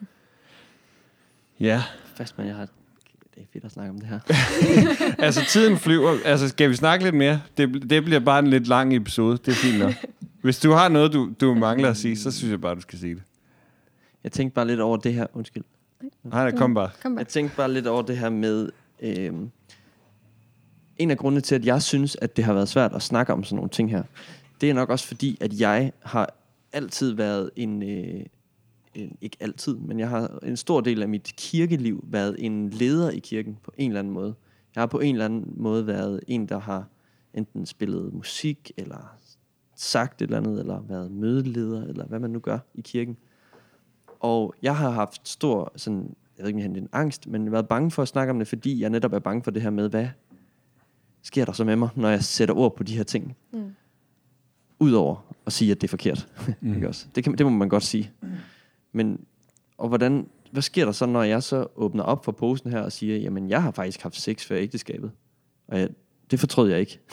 Ja. Fast, men jeg har... Det er fedt at snakke om det her. Altså, tiden flyver. Altså, skal vi snakke lidt mere? Det, det bliver bare en lidt lang episode. Det er fint nok. Hvis du har noget, du, du mangler at sige, så synes jeg bare, du skal sige det. Jeg tænkte bare lidt over det her. Undskyld. Nej, kom bare. Kom bare. Jeg tænkte bare lidt over det her med... Øh, en af grundene til, at jeg synes, at det har været svært at snakke om sådan nogle ting her, det er nok også fordi, at jeg har altid været en... Øh, en ikke altid, men jeg har en stor del af mit kirkeliv været en leder i kirken på en eller anden måde. Jeg har på en eller anden måde været en, der har enten spillet musik, eller sagt et eller andet, eller været mødeleder, eller hvad man nu gør i kirken. Og jeg har haft stor, sådan, jeg ved ikke, om jeg har en angst, men været bange for at snakke om det, fordi jeg netop er bange for det her med, hvad sker der så med mig, når jeg sætter ord på de her ting. Mm. Udover at sige, at det er forkert. Mm. Ikke også? Det, kan, det må man godt sige. Mm. Men, og hvordan, hvad sker der så, når jeg så åbner op for posen her og siger, jamen, jeg har faktisk haft sex før ægteskabet. Og jeg, det fortrød jeg ikke.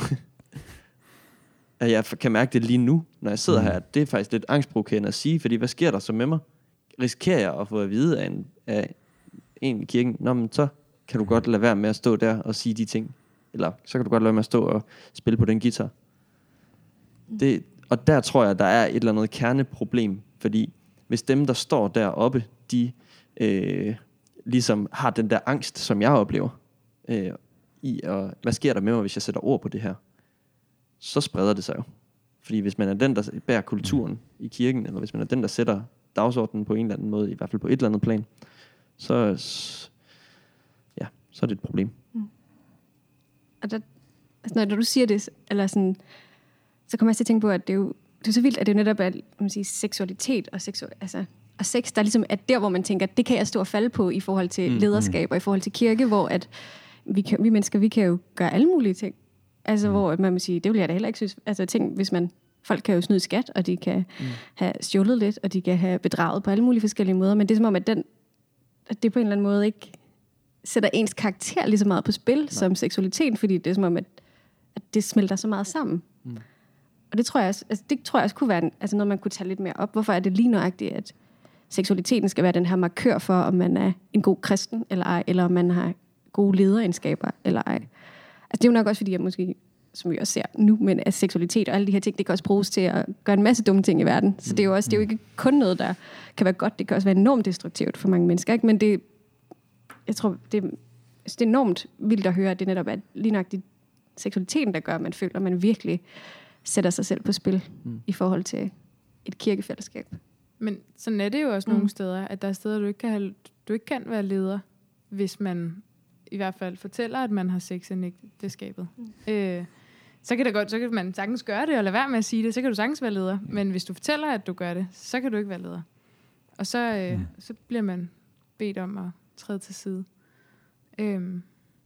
At jeg kan mærke det lige nu, når jeg sidder mm. her. Det er faktisk lidt angstprovokerende at sige, fordi hvad sker der så med mig? Risikerer jeg at få at vide af en, af en i kirken, nå, men så kan du godt lade være med at stå der og sige de ting. Eller så kan du godt lade være med at stå og spille på den guitar. Det, og der tror jeg, der er et eller andet kerneproblem, fordi hvis dem, der står deroppe, de øh, ligesom har den der angst, som jeg oplever, øh, i at, hvad sker der med mig, hvis jeg sætter ord på det her, så spreder det sig jo. Fordi hvis man er den, der bærer kulturen i kirken, eller hvis man er den, der sætter dagsordenen på en eller anden måde, i hvert fald på et eller andet plan, så, ja, så er det et problem. Mm. Og der, altså når du siger det, eller sådan, så kommer jeg til at tænke på, at det er jo det er så vildt, at det netop er man sige, seksualitet og, seksu, altså, og sex, der ligesom er der, hvor man tænker, det kan jeg stå og falde på i forhold til mm. lederskab og i forhold til kirke, hvor at vi, kan, vi mennesker, vi kan jo gøre alle mulige ting. Altså, mm. hvor man må sige, det vil jeg da heller ikke synes. Altså, ting, hvis man, folk kan jo snyde skat, og de kan mm. have stjålet lidt, og de kan have bedraget på alle mulige forskellige måder, men det er som om, at, den, at det på en eller anden måde ikke sætter ens karakter lige så meget på spil, nej, som seksualiteten, fordi det er som om, at, at det smelter så meget sammen. Mm. Og det tror jeg også, altså, det tror jeg også kunne være en, altså noget, man kunne tage lidt mere op. Hvorfor er det lige nøjagtigt, at seksualiteten skal være den her markør for, om man er en god kristen, eller ej, eller om man har gode lederegenskaber, eller ej. Altså, det er jo nok også, fordi jeg måske, som vi også ser nu, men at seksualitet og alle de her ting, det kan også bruges til at gøre en masse dumme ting i verden. Så det er jo også, det er jo ikke kun noget, der kan være godt, det kan også være enormt destruktivt for mange mennesker, ikke? Men det, jeg tror, det, det er enormt vildt at høre, at det netop er lige nøjagtigt seksualiteten, der gør, at man føler, at man virkelig sætter sig selv på spil mm. i forhold til et kirkefællesskab. Men sådan er det jo også mm. nogle steder, at der er steder, du ikke kan, have, du ikke kan være leder, hvis man i hvert fald fortæller, at man har sex i ægteskabet. Mm. Øh, så kan det godt, så kan man sagtens gøre det, og lade være med at sige det, så kan du sagtens være leder. Men hvis du fortæller, at du gør det, så kan du ikke være leder. Og så, øh, mm. så bliver man bedt om at træde til side. Øh. Men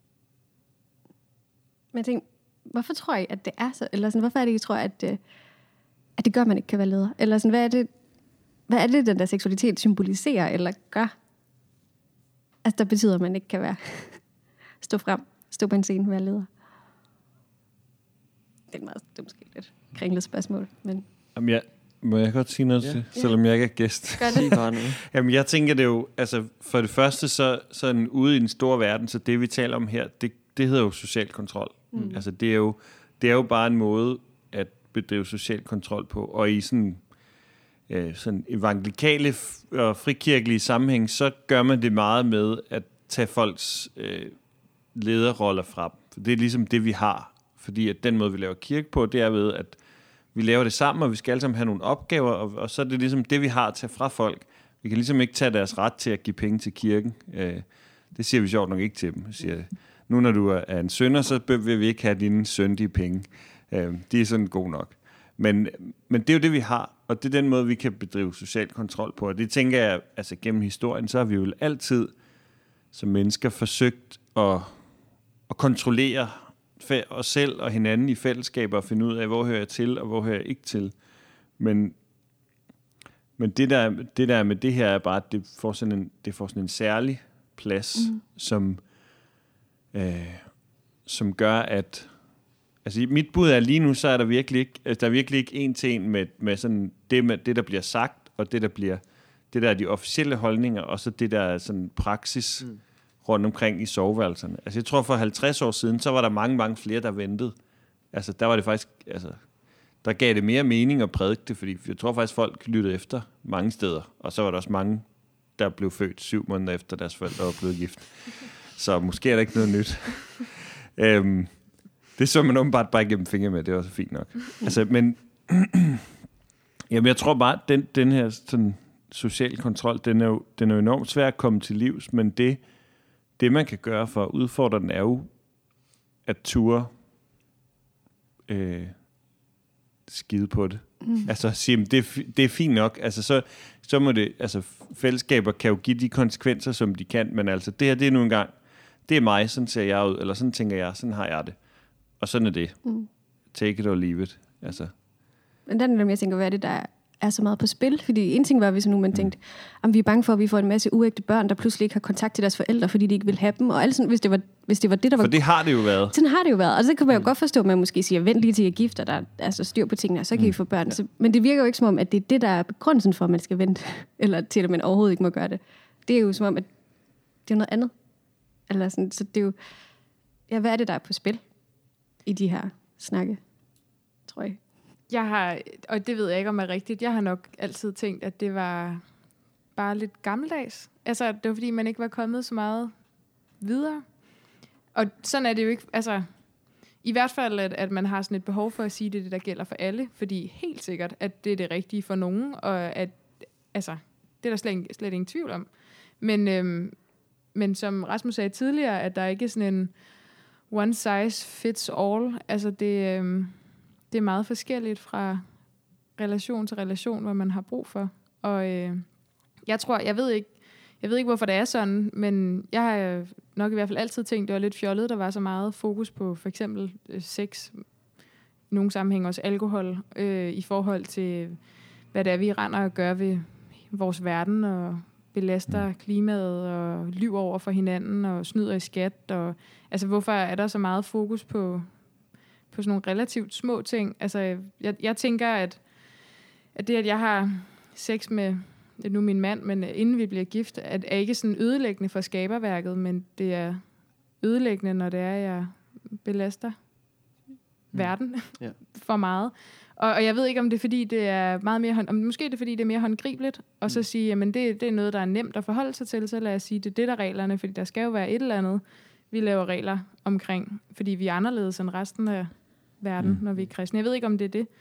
jeg tænker, hvorfor tror I, at det er så? Eller sådan, hvorfor er det, I tror, at, at det gør, at man ikke kan være leder? Eller sådan, hvad er det, hvad er det, den der seksualitet symboliserer eller gør? Altså, der betyder, at man ikke kan være stå frem, stå på en scene, være leder. Det er meget, det er måske lidt kringlet spørgsmål, men... Jamen, jeg, må jeg godt sige noget, ja. til, selvom jeg ikke er gæst? Gør det. Bare noget. Jamen, jeg tænker det jo, altså, for det første, så sådan ude i den store verden, så det, vi taler om her, det, det hedder jo social kontrol. Mm. Altså, det er jo, det er jo bare en måde at bedrive social kontrol på, og i sådan... sådan evangelikale og frikirkelige sammenhæng, så gør man det meget med at tage folks øh, lederroller fra dem. Det er ligesom det, vi har. Fordi at den måde, vi laver kirke på, det er ved, at vi laver det sammen, og vi skal alle sammen have nogle opgaver, og, og så er det ligesom det, vi har at tage fra folk. Vi kan ligesom ikke tage deres ret til at give penge til kirken. Øh, det siger vi sjovt nok ikke til dem. Vi siger, nu når du er en sønder, så vil vi ikke have dine syndige penge. Øh, de er sådan gode nok. Men, men det er jo det, vi har, og det er den måde, vi kan bedrive social kontrol på. Og det tænker jeg, altså gennem historien, så har vi jo altid som mennesker forsøgt at, at kontrollere os selv og hinanden i fællesskaber og finde ud af, hvor hører jeg til, og hvor hører jeg ikke til. Men, men det, der, det der med det her er bare, at det får sådan en, det får sådan en særlig plads, mm. som, øh, som gør, at altså mit bud er lige nu, så er der virkelig ikke, altså, der er virkelig ikke en til en med, med sådan det, med det, der bliver sagt, og det, der bliver, det der er de officielle holdninger, og så det, der er sådan praksis mm. rundt omkring i soveværelserne. Altså jeg tror for halvtreds år siden, så var der mange, mange flere, der ventede. Altså der var det faktisk, altså der gav det mere mening at prædike det, fordi jeg tror faktisk, folk lyttede efter mange steder, og så var der også mange, der blev født syv måneder efter deres forældre var blevet gift. Så måske er der ikke noget nyt. øhm, Det så man åbenbart bare igennem fingre med, det var så fint nok. Altså, men jamen, jeg tror bare, at den, den her sådan, social kontrol, den er, jo, den er jo enormt svær at komme til livs, men det, det man kan gøre for at udfordre den, er jo at ture øh, skide på det. Mm. Altså sige, det er, det er fint nok. Altså så, så må det, altså fællesskaber kan jo give de konsekvenser, som de kan, men altså det her, det er nu engang, det er mig, sådan ser jeg ud, eller sådan tænker jeg, sådan har jeg det. Og sådan er det. Mm. Take it or leave it. Altså. Men den er jeg tænker, hvad er det, der er så meget på spil? Fordi en ting var, hvis nu man tænkte, mm. om vi er bange for, at vi får en masse uægte børn, der pludselig ikke har kontakt til deres forældre, fordi de ikke vil have dem, og alt sådan, hvis det var, hvis det var det, der var... For det har det jo været. Sådan har det jo været. Og så kan man jo mm. godt forstå, at man måske siger, vent lige til jeg gifter, der er altså styr på tingene, og så kan mm. I få børn. Ja. Så, men det virker jo ikke som om, at det er det, der er begrundelsen for, at man skal vente, eller til at man overhovedet ikke må gøre det. Det er jo som om, at det er noget andet. Eller sådan, så det er jo... Ja, hvad er det, der er på spil i de her snakke, tror jeg? Jeg har, og det ved jeg ikke, om er rigtigt, jeg har nok altid tænkt, at det var bare lidt gammeldags. Altså, det var fordi, man ikke var kommet så meget videre. Og sådan er det jo ikke, altså, i hvert fald, at, at man har sådan et behov for at sige, det det, der gælder for alle, fordi helt sikkert, at det er det rigtige for nogen, og at, altså, det er der slet, slet ingen tvivl om. Men, øhm, men som Rasmus sagde tidligere, at der ikke er sådan en one size fits all, altså det... Øhm, Det er meget forskelligt fra relation til relation, hvad man har brug for. Og øh, jeg tror, jeg ved ikke, jeg ved ikke, hvorfor det er sådan, men jeg har nok i hvert fald altid tænkt, det var lidt fjollet, der var så meget fokus på for eksempel øh, sex, i nogle sammenhæng også alkohol, øh, i forhold til, hvad det er, vi render og gør ved vores verden, og belaster klimaet, og lyver over for hinanden, og snyder i skat. Og, altså, hvorfor er der så meget fokus på... på sådan nogle relativt små ting. Altså, jeg, jeg tænker, at, at det, at jeg har sex med nu min mand, men inden vi bliver gift, at er ikke sådan ødelæggende for skaberværket, men det er ødelæggende, når det er, at jeg belaster mm. verden yeah. for meget. Og, og jeg ved ikke, om det er, fordi det er meget mere, hånd, om måske er det, fordi det er mere håndgribeligt, og mm. så sige, jamen det, det er noget, der er nemt at forholde sig til, så lad os sige, det er det, der er reglerne, fordi der skal jo være et eller andet, vi laver regler omkring, fordi vi er anderledes end resten af verden, mm. når vi er kristne. Jeg ved ikke, om det er det.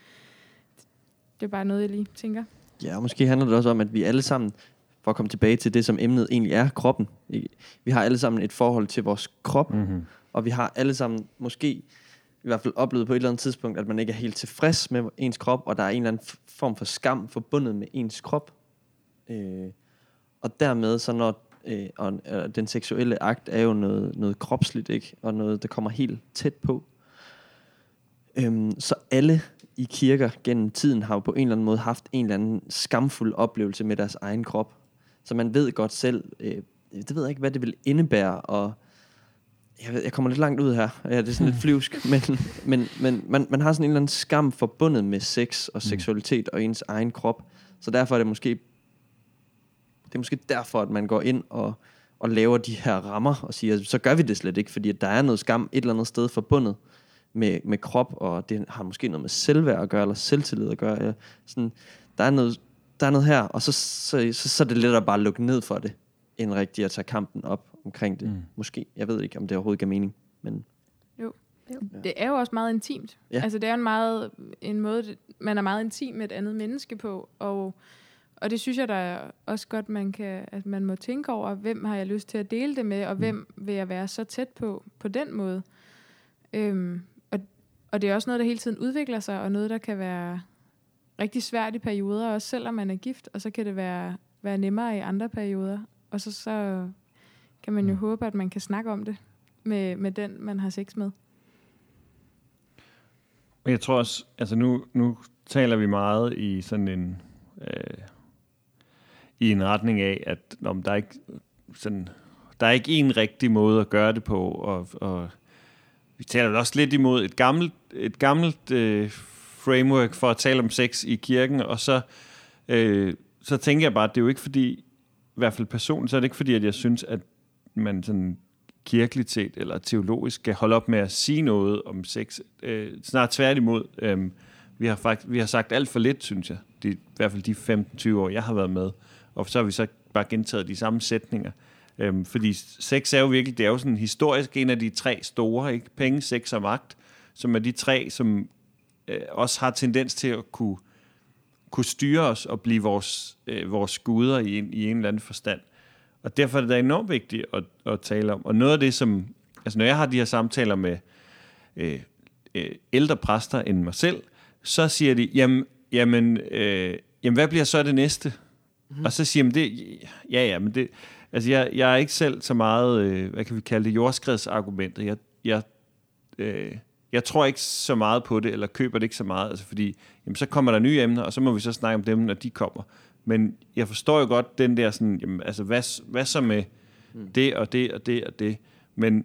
Det er bare noget, jeg lige tænker. Ja, og måske handler det også om, at vi alle sammen, for at komme tilbage til det, som emnet egentlig er, kroppen. Vi har alle sammen et forhold til vores krop, mm-hmm. og vi har alle sammen måske i hvert fald oplevet på et eller andet tidspunkt, at man ikke er helt tilfreds med ens krop, og der er en eller anden form for skam forbundet med ens krop. Øh, og dermed, så når øh, og, øh, den seksuelle akt er jo noget, noget kropsligt, ikke? Og noget, der kommer helt tæt på. Øhm, så alle i kirker gennem tiden har jo på en eller anden måde haft en eller anden skamfuld oplevelse med deres egen krop. Så man ved godt selv, øh, det ved jeg ikke, hvad det vil indebære, og jeg, ved, jeg kommer lidt langt ud her, ja, det er sådan lidt flyvsk, men, men, men man, man har sådan en eller anden skam forbundet med sex og seksualitet og ens egen krop. Så derfor er det måske, det er måske derfor, at man går ind og, og laver de her rammer og siger, så gør vi det slet ikke, fordi der er noget skam et eller andet sted forbundet med, med krop, og det har måske noget med selvværd at gøre, eller selvtillid at gøre. Eller sådan, der, er noget, der er noget her, og så, så, så, så er det lettere bare at lukke ned for det, end rigtigt at tage kampen op omkring det. Mm. Måske. Jeg ved ikke, om det overhovedet giver mening. Men jo. jo. Ja. Det er jo også meget intimt. Ja. Altså, det er en, meget, en måde, man er meget intim med et andet menneske på, og, og det synes jeg, der er også godt, man kan, at man må tænke over, hvem har jeg lyst til at dele det med, og mm. hvem vil jeg være så tæt på, på den måde. Øhm, og, og det er også noget, der hele tiden udvikler sig, og noget, der kan være rigtig svært i perioder, også selvom man er gift, og så kan det være, være nemmere i andre perioder. Og så, så kan man jo mm. håbe, at man kan snakke om det med, med den, man har sex med. Og jeg tror også, altså nu, nu taler vi meget i sådan en øh, i en retning af, at om der er ikke sådan, der er ikke en rigtig måde at gøre det på, og, og vi taler også lidt imod et gammelt, et gammelt øh, framework for at tale om sex i kirken, og så, øh, så tænker jeg bare, at det er jo ikke fordi, i hvert fald personligt, så er det ikke fordi, at jeg synes, at man sådan kirkeligt set eller teologisk skal holde op med at sige noget om sex. Øh, snart tværtimod. Øh, vi, har faktisk, vi har sagt alt for lidt, synes jeg. De, I hvert fald de femten til tyve år, jeg har været med. Og så har vi så bare gentaget de samme sætninger. Øh, fordi sex er jo virkelig, det er jo sådan historisk en af de tre store, ikke? Penge, sex og magt, som er de tre, som øh, også har tendens til at kunne, kunne styre os og blive vores, øh, vores guder i en, i en eller anden forstand. Og derfor er det da enormt vigtigt at, at tale om. Og noget af det, som... Altså, når jeg har de her samtaler med, øh, øh, ældre præster end mig selv, så siger de, jamen, jamen, øh, jamen hvad bliver så det næste? Mm-hmm. Og så siger de, det, ja, ja, men det, altså jeg, jeg er ikke selv så meget, øh, hvad kan vi kalde det, jordskredsargumentet. Jeg, jeg, øh, jeg tror ikke så meget på det, eller køber det ikke så meget, altså fordi, jamen så kommer der nye emner, og så må vi så snakke om dem, når de kommer. Men jeg forstår jo godt den der sådan, jamen, altså hvad, hvad så med mm. det og det og det og det, men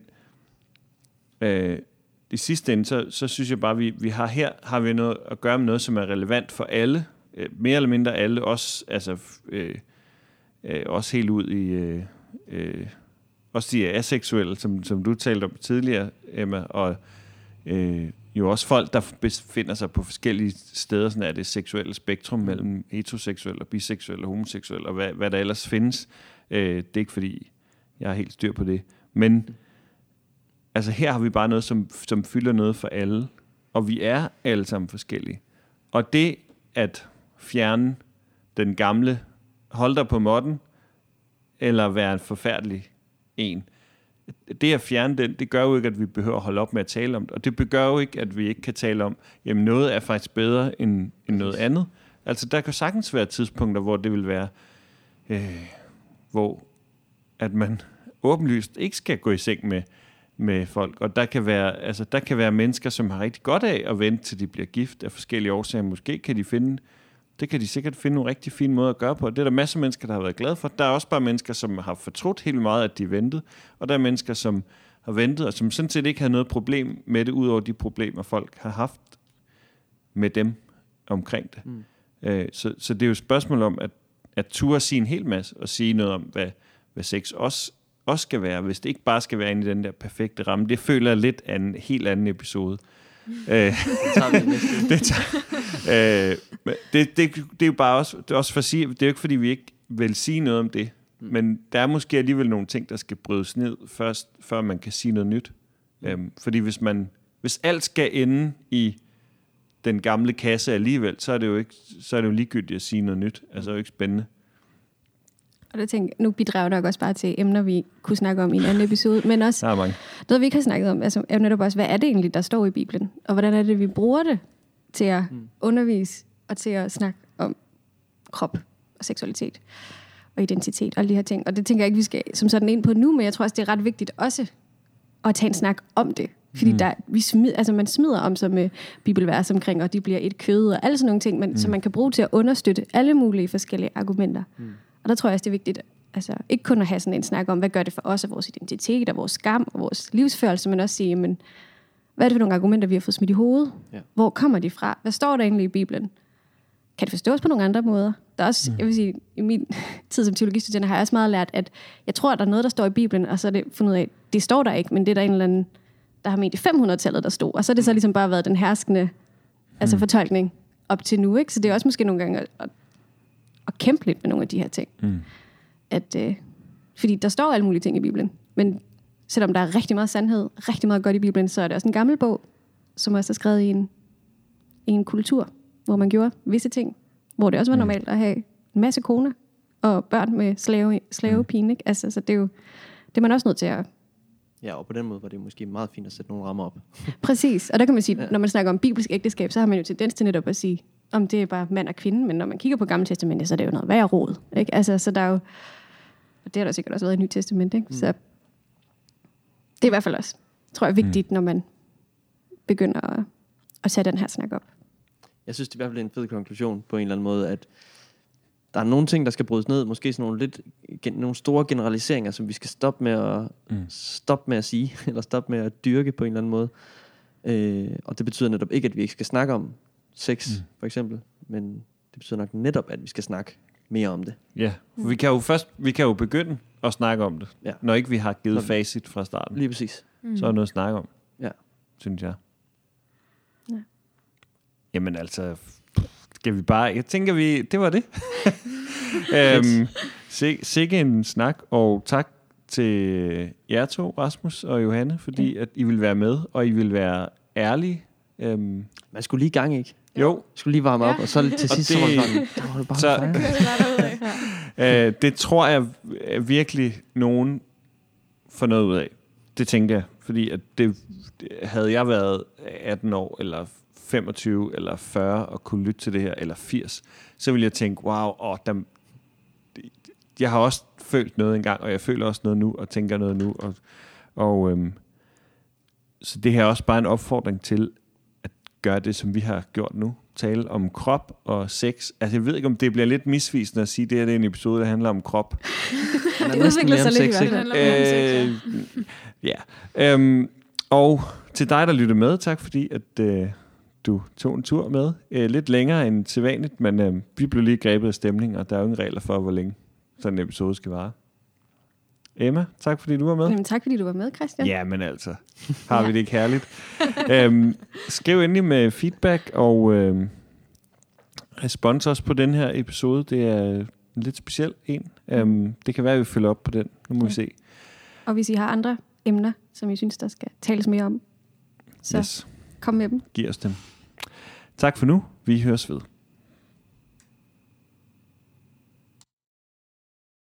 øh, i sidste ende, så, så synes jeg bare, vi, vi har her har vi noget at gøre med noget, som er relevant for alle, øh, mere eller mindre alle, også, altså, øh, øh, også helt ud i, øh, øh, også de aseksuelle, som, som du talte om tidligere, Emma, og øh, jo også folk, der befinder sig på forskellige steder, sådan er det seksuelle spektrum mellem heteroseksuelle og biseksuelle og homoseksuelle, og hvad, hvad der ellers findes. Øh, det er ikke fordi, jeg har helt styr på det, men altså her har vi bare noget, som, som fylder noget for alle, og vi er alle sammen forskellige. Og det at fjerne den gamle, hold dig på måtten, eller være en forfærdelig en, det at fjerne den, det gør jo ikke, at vi behøver at holde op med at tale om det, og det gør jo ikke, at vi ikke kan tale om, jamen noget er faktisk bedre end, end noget andet. Altså der kan sagtens være tidspunkter, hvor det vil være, øh, hvor at man åbenlyst ikke skal gå i seng med med folk, og der kan være, altså der kan være mennesker, som har rigtig godt af at vente til de bliver gift af forskellige årsager. Måske kan de finde, det kan de sikkert finde nogle rigtig fine måder at gøre på. Det er der masser af mennesker, der har været glade for. Der er også bare mennesker, som har fortrudt helt meget, at de ventede, og der er mennesker, som har ventet, og som sådan set ikke har noget problem med det, udover de problemer, folk har haft med dem omkring det. Mm. Øh, så, så det er jo et spørgsmål om, at, at ture sige en hel masse, og sige noget om, hvad, hvad sex også også skal være, hvis det ikke bare skal være inde i den der perfekte ramme. Det føler jeg lidt af en helt anden episode. Mm. Øh, det tager vi næste. det, tager, øh, det, det, det er jo bare også, det er også for at sige, det er jo ikke fordi, vi ikke vil sige noget om det, mm. men der er måske alligevel nogle ting, der skal brydes ned først, før man kan sige noget nyt. Mm. Øhm, fordi hvis man, hvis alt skal ende i den gamle kasse alligevel, så er det jo ikke, så er det jo ligegyldigt at sige noget nyt. Altså det er jo ikke spændende. Og det tænker, nu bidrager nok også bare til emner, vi kunne snakke om i en anden episode, men også noget, vi ikke har snakket om, altså, er netop også, hvad er det egentlig, der står i Bibelen? Og hvordan er det, vi bruger det til at mm. undervise og til at snakke om krop og seksualitet og identitet og alle de her ting. Og det tænker jeg ikke, vi skal som sådan ind på nu, men jeg tror også, det er ret vigtigt også at tage en snak om det. Fordi mm. der, vi smid, altså man smider om sig med bibelvers omkring, og de bliver et kød og alle sådan nogle ting, men, mm. som man kan bruge til at understøtte alle mulige forskellige argumenter. Mm. Og der tror jeg også, det er vigtigt, altså ikke kun at have sådan en snak om, hvad gør det for os og vores identitet og vores skam og vores livsførelse, men også sige, men hvad er det for nogle argumenter, vi har fået smidt i hovedet? Ja. Hvor kommer de fra? Hvad står der egentlig i Bibelen? Kan det forstås på nogle andre måder? Der er også, mm. jeg vil sige, i min tid som teologistuderende har jeg også meget lært, at jeg tror, at der er noget, der står i Bibelen, og så er det fundet ud af, det står der ikke, men det er der en eller anden, der har ment i fem hundrede-tallet, der stod. Og så er det så ligesom bare været den herskende altså mm. fortolkning op til nu, ikke? Så det er også måske nogle gange at, at, at kæmpe lidt med nogle af de her ting. Mm. At, øh, fordi der står alle mulige ting i Bibelen, men selvom der er rigtig meget sandhed, rigtig meget godt i Bibelen, så er det også en gammel bog, som også er skrevet i en, i en kultur, hvor man gjorde visse ting, hvor det også var normalt at have en masse koner og børn med slave, slavepine, ikke? Altså, så det er jo, det er man også nødt til at... Ja, og på den måde var det måske meget fint at sætte nogle rammer op. Præcis, og der kan man sige, ja. Når man snakker om bibelsk ægteskab, så har man jo tendens til netop at sige, om det er bare mand og kvinde, men når man kigger på Gamle Testamentet, så er det jo noget værre rod, ikke? Altså, så der er jo, og det har der sikkert også været i Nye Testament, ikke? Mm. Så det er i hvert fald også, tror jeg, vigtigt, mm. når man begynder at, at sætte den her snak op. Jeg synes, det er i hvert fald en fed konklusion på en eller anden måde, at der er nogle ting, der skal brydes ned, måske sådan nogle lidt gen, nogle store generaliseringer, som vi skal stoppe med at mm. stoppe med at sige, eller stoppe med at dyrke på en eller anden måde. Øh, og det betyder netop ikke, at vi ikke skal snakke om sex, mm. for eksempel, men det betyder nok netop, at vi skal snakke mere om det. Ja, for vi kan jo først, vi kan jo begynde at snakke om det, ja. Når ikke vi har givet Nå, facit fra starten. Lige præcis. Mm. Så er der noget at snakke om, ja. Synes jeg. Ja. Jamen altså, skal vi bare, jeg tænker vi, det var det. øhm, sig, sikke en snak, og tak til jer to, Rasmus og Johanne, fordi ja. At I vil være med, og I vil være ærlige. Øhm, Man skulle lige i gang, ikke? Jo. Man skulle lige varme op, ja. Og så til sidst, det, så var det bare, der var det bare så, øh, det tror jeg virkelig nogen får noget ud af. Det tænker jeg, Fordi at det, havde jeg været atten år, eller femogtyve, eller fyrre, og kunne lytte til det her, eller firs, så ville jeg tænke, wow, åh, der, jeg har også følt noget engang, og jeg føler også noget nu, og tænker noget nu. Og, og øhm, så det her er også bare en opfordring til at gøre det, som vi har gjort nu. Tale om krop og sex. Altså, jeg ved ikke, om det bliver lidt misvisende at sige, at det her det er en episode, der handler om krop. Det udvikler sig lidt i hvert fald. Øh, ja. Øhm, og til dig, der lytter med, tak fordi, at øh, du tog en tur med. Øh, lidt længere end sædvanligt, men øh, vi blev lige grebet af stemning, og der er jo ingen regler for, hvor længe sådan en episode skal vare. Emma, tak fordi du var med. Jamen, tak fordi du var med, Christian. Ja, men altså, har vi det ikke herligt? øhm, skriv endelig med feedback og øhm, respons også på den her episode. Det er en lidt speciel en. Øhm, det kan være, at vi følger op på den. Nu må ja. vi se. Og hvis I har andre emner, som I synes, der skal tales mere om, så yes. kom med dem. Giv os dem. Tak for nu. Vi høres ved.